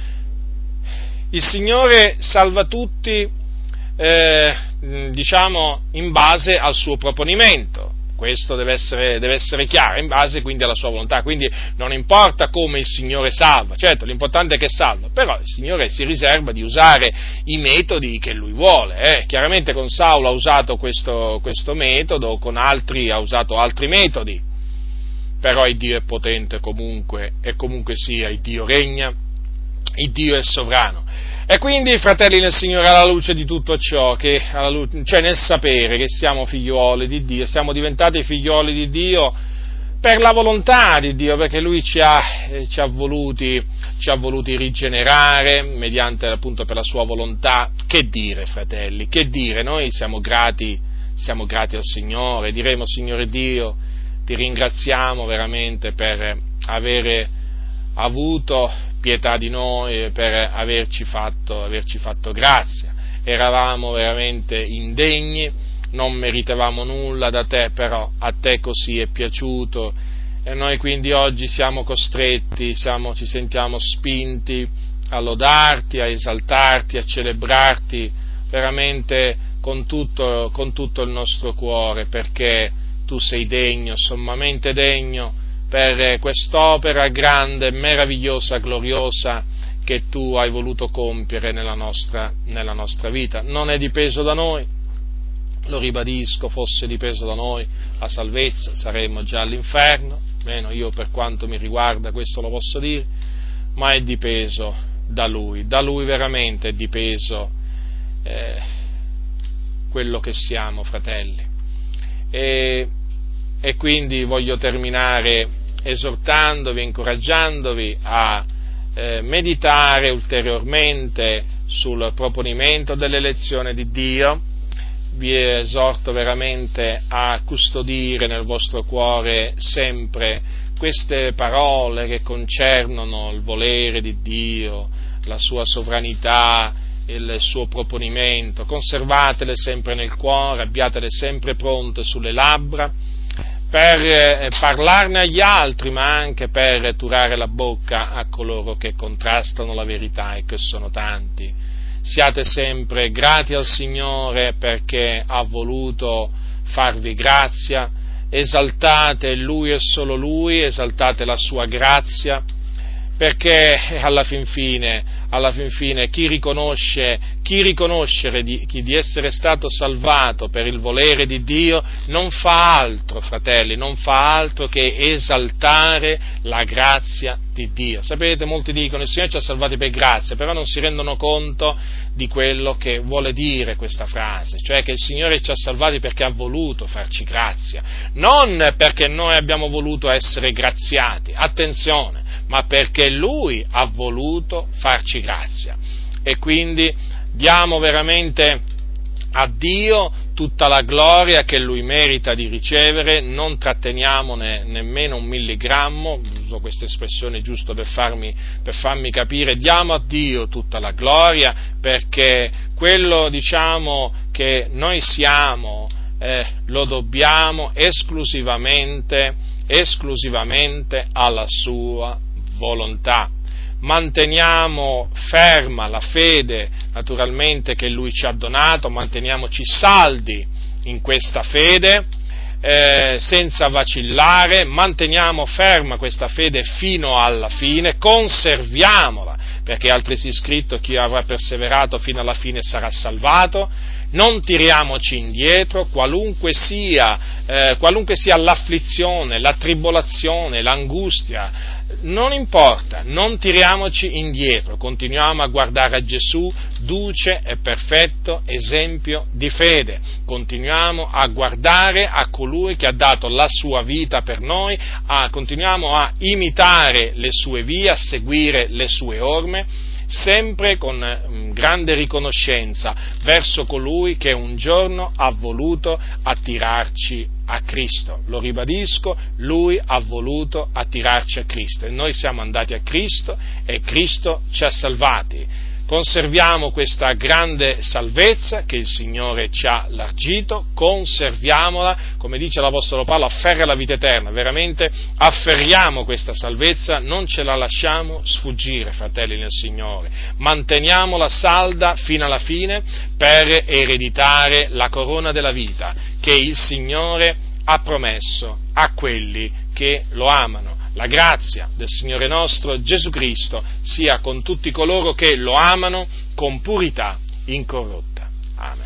il Signore salva tutti, eh, diciamo, in base al suo proponimento. Questo deve essere, deve essere chiaro, in base quindi alla sua volontà. Quindi non importa come il Signore salva, certo, l'importante è che salva, però il Signore si riserva di usare i metodi che Lui vuole. Eh. Chiaramente con Saulo ha usato questo, questo metodo, con altri ha usato altri metodi, però il Dio è potente comunque, e comunque sia, il Dio regna, il Dio è sovrano. E quindi, fratelli nel Signore, alla luce di tutto ciò, che, alla luce, cioè nel sapere che siamo figlioli di Dio, siamo diventati figlioli di Dio per la volontà di Dio, perché Lui ci ha, eh, ci ha voluti, ci ha voluti rigenerare, mediante appunto per la sua volontà. Che dire, fratelli, che dire, noi siamo grati, siamo grati al Signore, diremo, Signore Dio, ti ringraziamo veramente per avere avuto pietà di noi, per averci fatto, averci fatto grazia. Eravamo veramente indegni, non meritavamo nulla da te, però a te così è piaciuto, e noi quindi oggi siamo costretti, siamo, ci sentiamo spinti a lodarti, a esaltarti, a celebrarti veramente con tutto, con tutto il nostro cuore, perché tu sei degno, sommamente degno, per quest'opera grande, meravigliosa, gloriosa che tu hai voluto compiere nella nostra, nella nostra vita. Non è dipeso da noi, lo ribadisco, fosse dipeso da noi la salvezza, saremmo già all'inferno, almeno io per quanto mi riguarda questo lo posso dire, ma è dipeso da Lui, da Lui veramente è dipeso eh, quello che siamo, fratelli. E, e quindi voglio terminare esortandovi, incoraggiandovi a eh, meditare ulteriormente sul proponimento dell'elezione di Dio. Vi esorto veramente a custodire nel vostro cuore sempre queste parole che concernono il volere di Dio, la sua sovranità, il suo proponimento. Conservatele sempre nel cuore, abbiatele sempre pronte sulle labbra, per eh, parlarne agli altri, ma anche per turare la bocca a coloro che contrastano la verità, e che sono tanti. Siate sempre grati al Signore perché ha voluto farvi grazia, esaltate Lui e solo Lui, esaltate la sua grazia, perché alla fin fine, alla fin fine chi riconosce, chi riconoscere di, chi di essere stato salvato per il volere di Dio non fa altro, fratelli, non fa altro che esaltare la grazia di Dio. Sapete, molti dicono il Signore ci ha salvati per grazia, però non si rendono conto di quello che vuole dire questa frase, cioè che il Signore ci ha salvati perché ha voluto farci grazia, non perché noi abbiamo voluto essere graziati, attenzione, ma perché Lui ha voluto farci grazia. E quindi diamo veramente a Dio tutta la gloria che Lui merita di ricevere, non tratteniamone nemmeno un milligrammo, uso questa espressione giusto per farmi, per farmi capire, diamo a Dio tutta la gloria, perché quello, diciamo, che noi siamo, eh, lo dobbiamo esclusivamente, esclusivamente alla Sua volontà. Manteniamo ferma la fede, naturalmente, che Lui ci ha donato, manteniamoci saldi in questa fede, eh, senza vacillare, manteniamo ferma questa fede fino alla fine, conserviamola, perché è altresì scritto: chi avrà perseverato fino alla fine sarà salvato. Non tiriamoci indietro, qualunque sia, eh, qualunque sia l'afflizione, la tribolazione, l'angustia, non importa, non tiriamoci indietro, continuiamo a guardare a Gesù, duce e perfetto esempio di fede, continuiamo a guardare a colui che ha dato la sua vita per noi, a, continuiamo a imitare le sue vie, a seguire le sue orme, sempre con mh, grande riconoscenza verso colui che un giorno ha voluto attirarci a Cristo. Lo ribadisco, Lui ha voluto attirarci a Cristo e noi siamo andati a Cristo e Cristo ci ha salvati. Conserviamo questa grande salvezza che il Signore ci ha largito, conserviamola, come dice l'Apostolo Paolo, afferra la vita eterna, veramente afferriamo questa salvezza, non ce la lasciamo sfuggire, fratelli nel Signore, manteniamola salda fino alla fine per ereditare la corona della vita che il Signore ha promesso a quelli che lo amano. La grazia del Signore nostro Gesù Cristo sia con tutti coloro che lo amano con purità incorrotta. Amen.